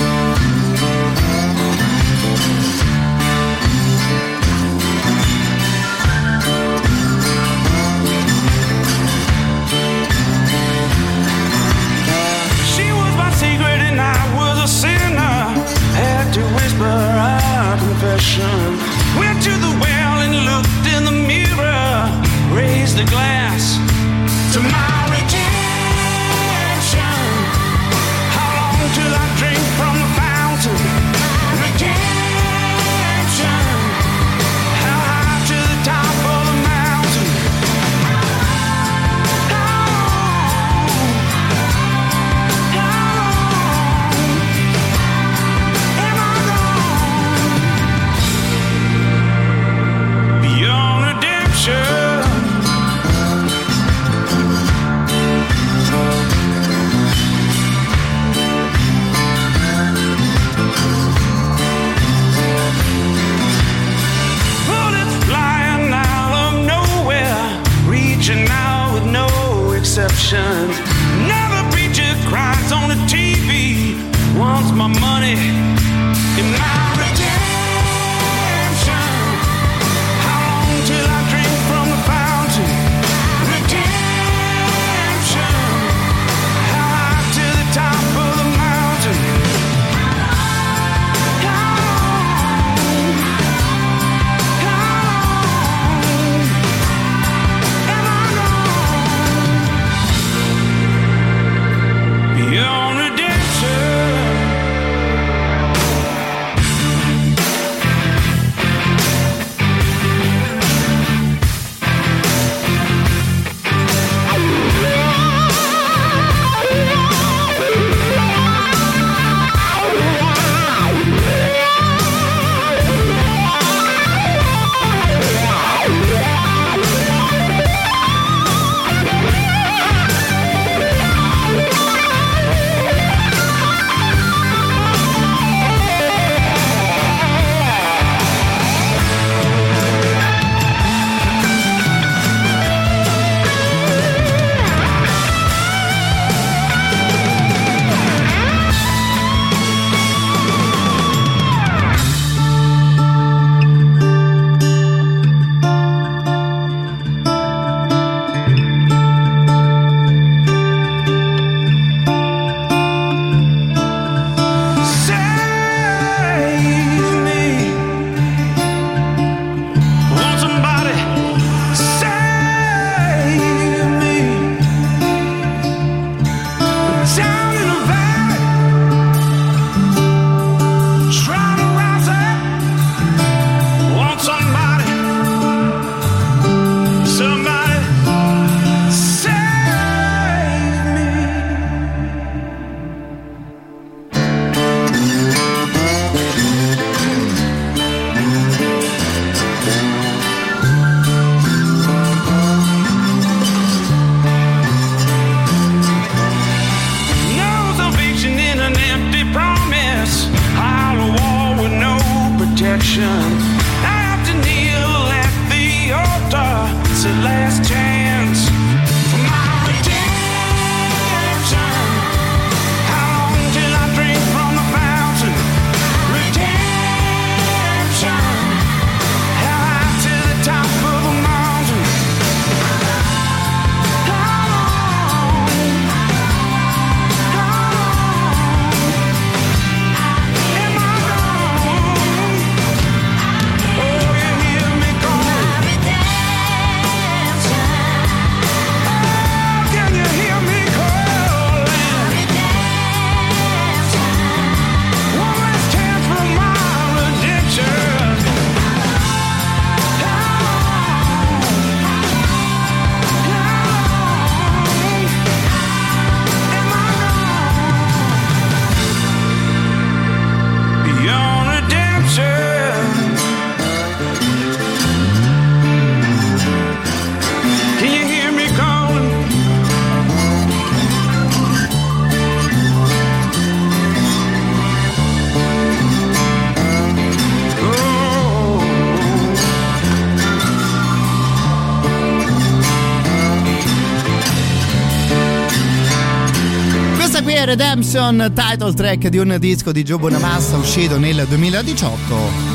She was my secret and I was a sinner. Had to whisper our confession. Went to the well and looked in the mirror, raised the glass to my redemption. How long till I drink from the fountain? Redemption. How high to the top of the mountain? Beyond redemption. Redemption, title track di un disco di Joe Bonamassa uscito nel 2018.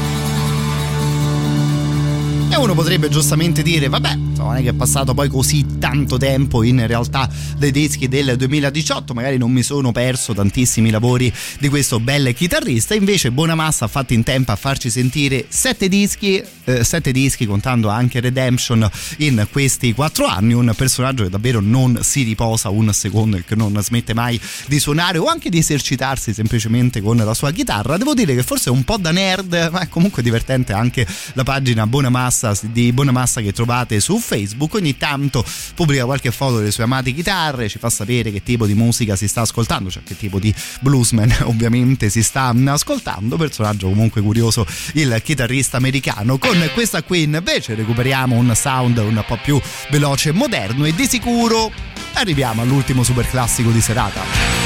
E uno potrebbe giustamente dire, vabbè, non è che è passato poi così tanto tempo in realtà dai dischi del 2018, magari non mi sono perso tantissimi lavori di questo bel chitarrista. Invece Bonamassa ha fatto in tempo a farci sentire 7 dischi contando anche Redemption in questi 4 anni, un personaggio che davvero non si riposa un secondo e che non smette mai di suonare o anche di esercitarsi semplicemente con la sua chitarra. Devo dire che forse è un po' da nerd, ma è comunque divertente anche la pagina di Bonamassa che trovate su Facebook. Ogni tanto pubblica qualche foto delle sue amate chitarre, ci fa sapere che tipo di musica si sta ascoltando, cioè che tipo di bluesman ovviamente si sta ascoltando. Personaggio comunque curioso il chitarrista americano. Con questa qui invece recuperiamo un sound un po' più veloce e moderno e di sicuro arriviamo all'ultimo super classico di serata.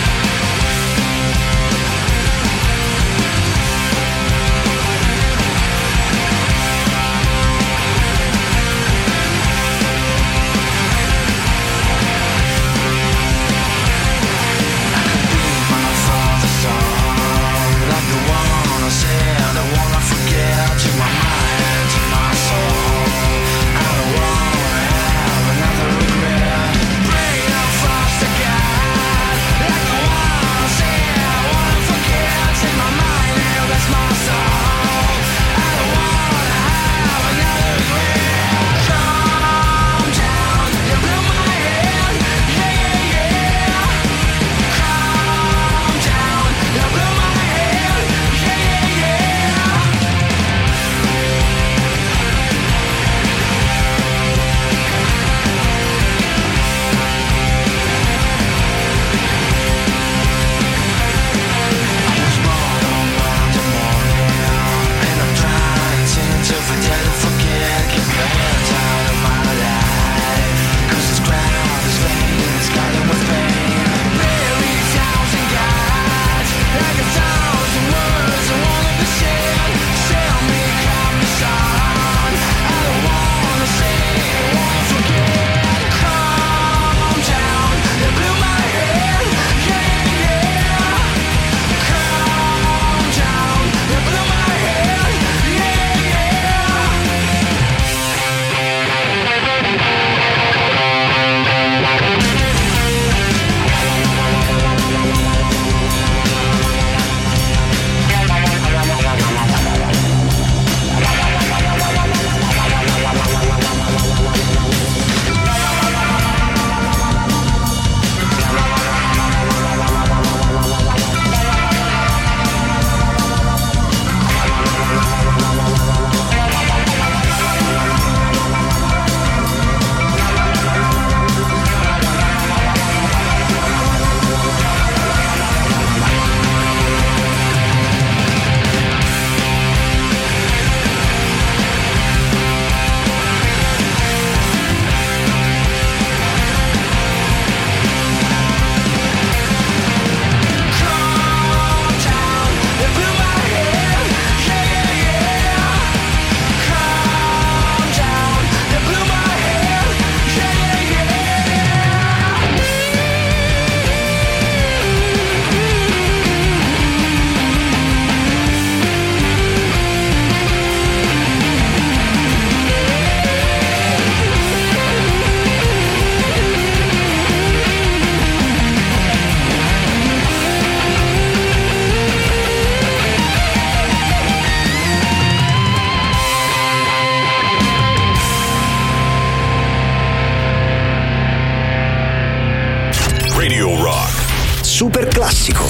super classico.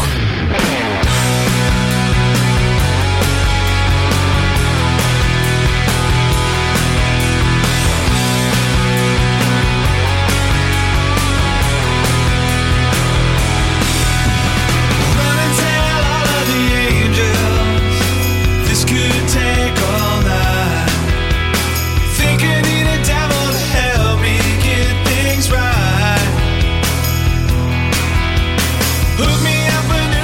Hook me up when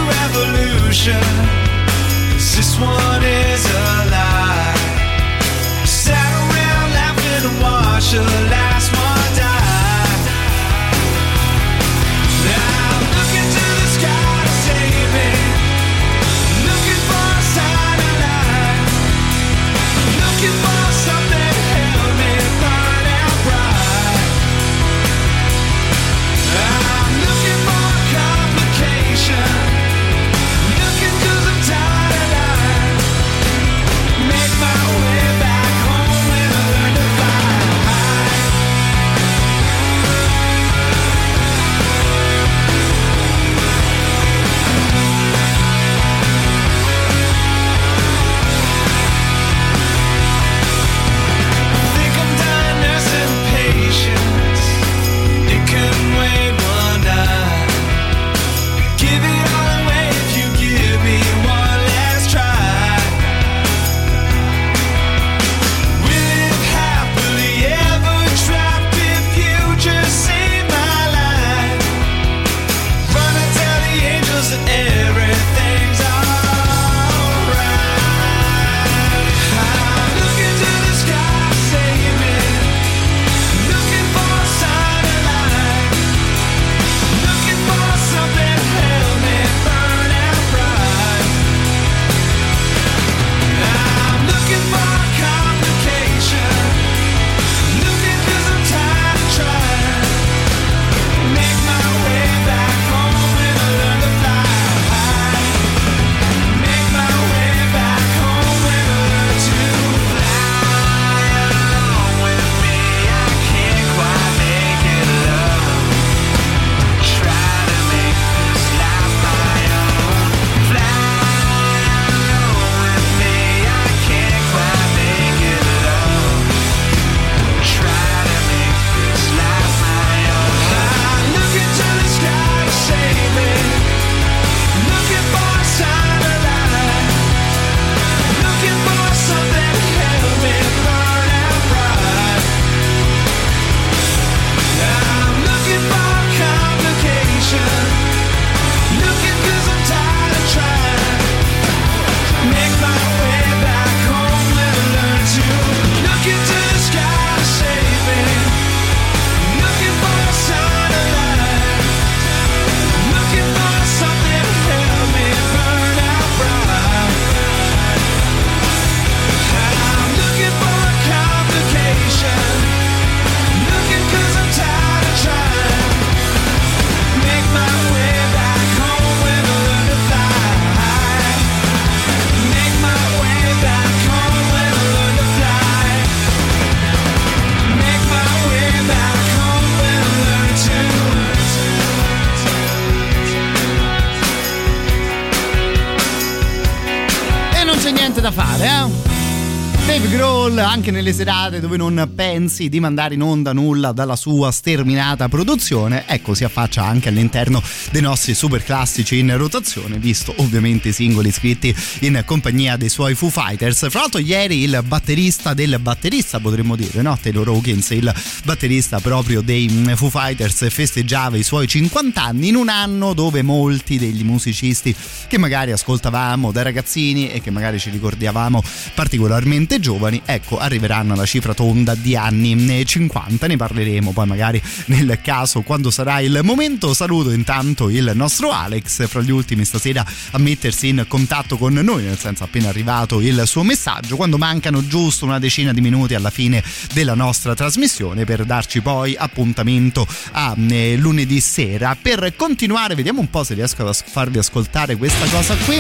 Dave Grohl, anche nelle serate dove non pensi di mandare in onda nulla dalla sua sterminata produzione, ecco, si affaccia anche all'interno dei nostri super classici in rotazione, visto ovviamente i singoli scritti in compagnia dei suoi Foo Fighters. Fra l'altro ieri il batterista del batterista, potremmo dire, no? Taylor Hawkins, il batterista proprio dei Foo Fighters, festeggiava i suoi 50 anni in un anno dove molti degli musicisti che magari ascoltavamo da ragazzini e che magari ci ricordavamo particolarmente giovani, ecco, arriveranno alla cifra tonda di anni 50. Ne parleremo poi magari nel caso quando sarà il momento. Saluto intanto il nostro Alex, fra gli ultimi stasera a mettersi in contatto con noi, nel senso appena arrivato il suo messaggio, quando mancano giusto una decina di minuti alla fine della nostra trasmissione, per darci poi appuntamento a lunedì sera per continuare. Vediamo un po' se riesco a farvi ascoltare questa cosa qui.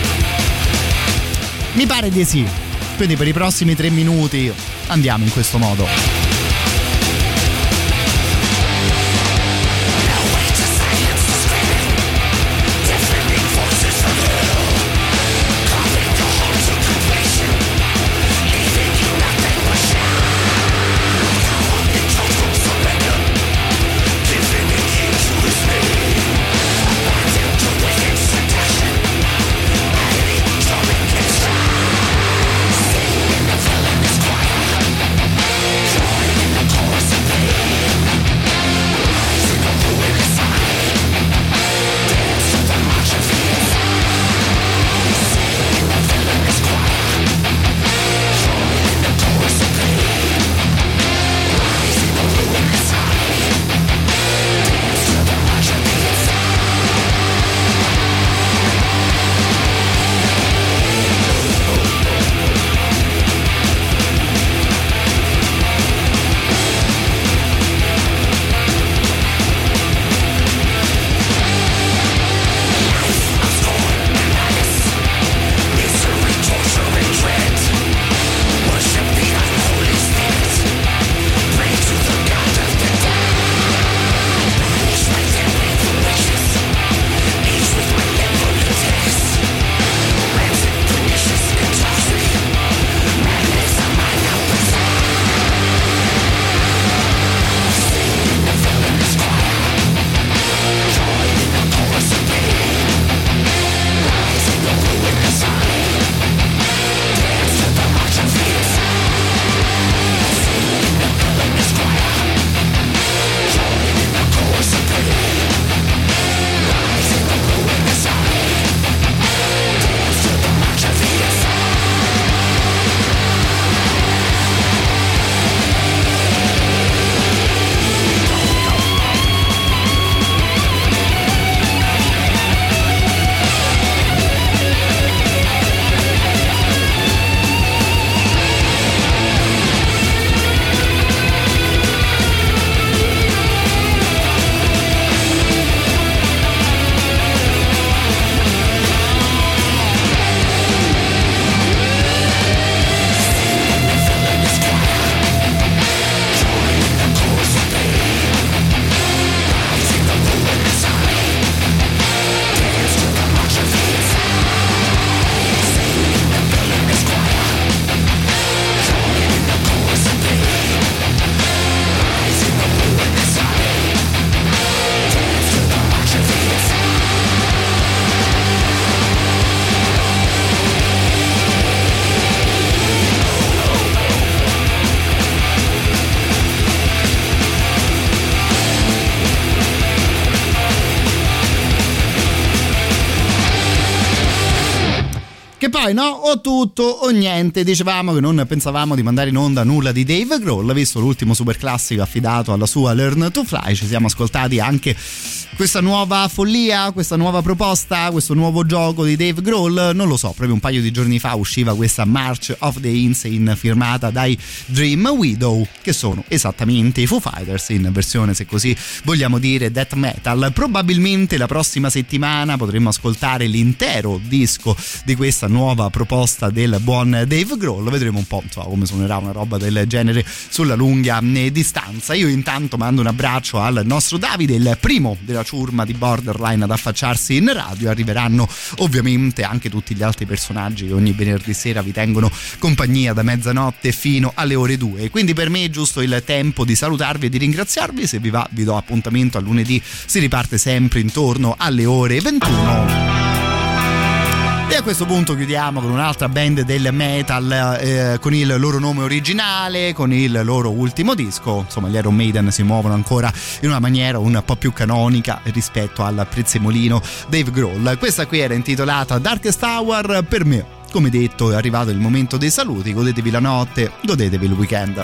Mi pare di sì. Quindi per i prossimi 3 minuti andiamo in questo modo. Che poi no, o tutto o niente. Dicevamo che non pensavamo di mandare in onda nulla di Dave Grohl, visto l'ultimo super classico affidato alla sua Learn to Fly. Ci siamo ascoltati anche questa nuova follia, questa nuova proposta, questo nuovo gioco di Dave Grohl. Non lo so, proprio un paio di giorni fa usciva questa March of the Insane firmata dai Dream Widow, che sono esattamente i Foo Fighters in versione, se così vogliamo dire, death metal. Probabilmente la prossima settimana potremo ascoltare l'intero disco di questa nuova nuova proposta del buon Dave Grohl. Vedremo un po', insomma, come suonerà una roba del genere sulla lunga distanza. Io intanto mando un abbraccio al nostro Davide, il primo della ciurma di Borderline ad affacciarsi in radio. Arriveranno ovviamente anche tutti gli altri personaggi che ogni venerdì sera vi tengono compagnia da mezzanotte fino alle ore 2. Quindi per me è giusto il tempo di salutarvi e di ringraziarvi. Se vi va vi do appuntamento a lunedì, si riparte sempre intorno alle ore 21. E a questo punto chiudiamo con un'altra band del metal, con il loro nome originale, con il loro ultimo disco. Insomma, gli Iron Maiden si muovono ancora in una maniera un po' più canonica rispetto al prezzemolino Dave Grohl. Questa qui era intitolata Darkest Hour. Per me, come detto, è arrivato il momento dei saluti. Godetevi la notte, godetevi il weekend.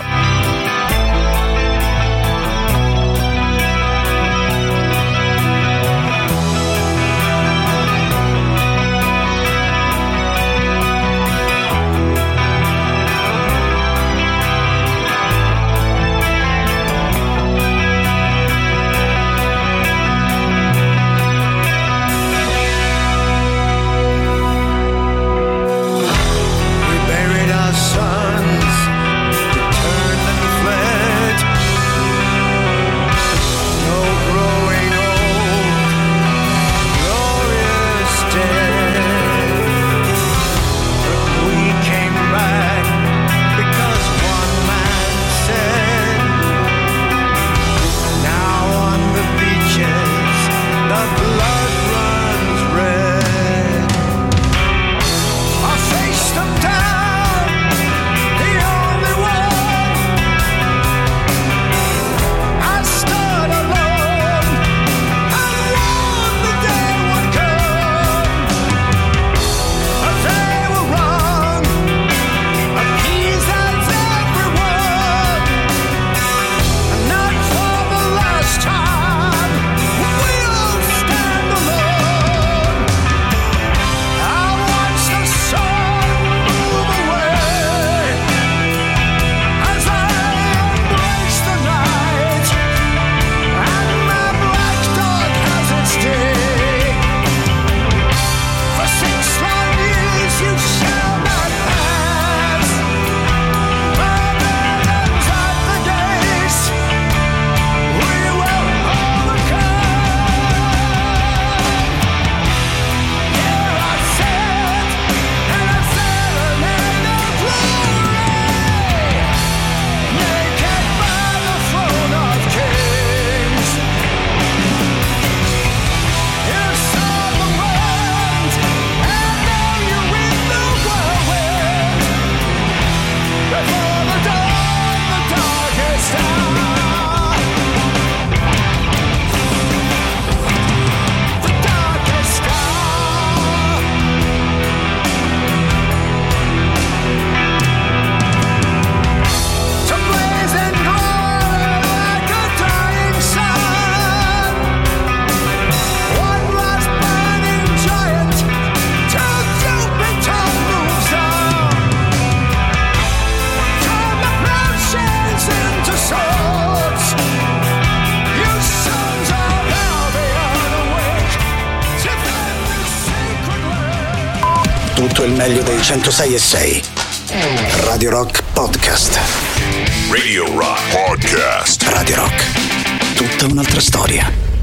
Tutto il meglio dei 106.6. Radio Rock Podcast. Radio Rock Podcast. Radio Rock. Tutta un'altra storia.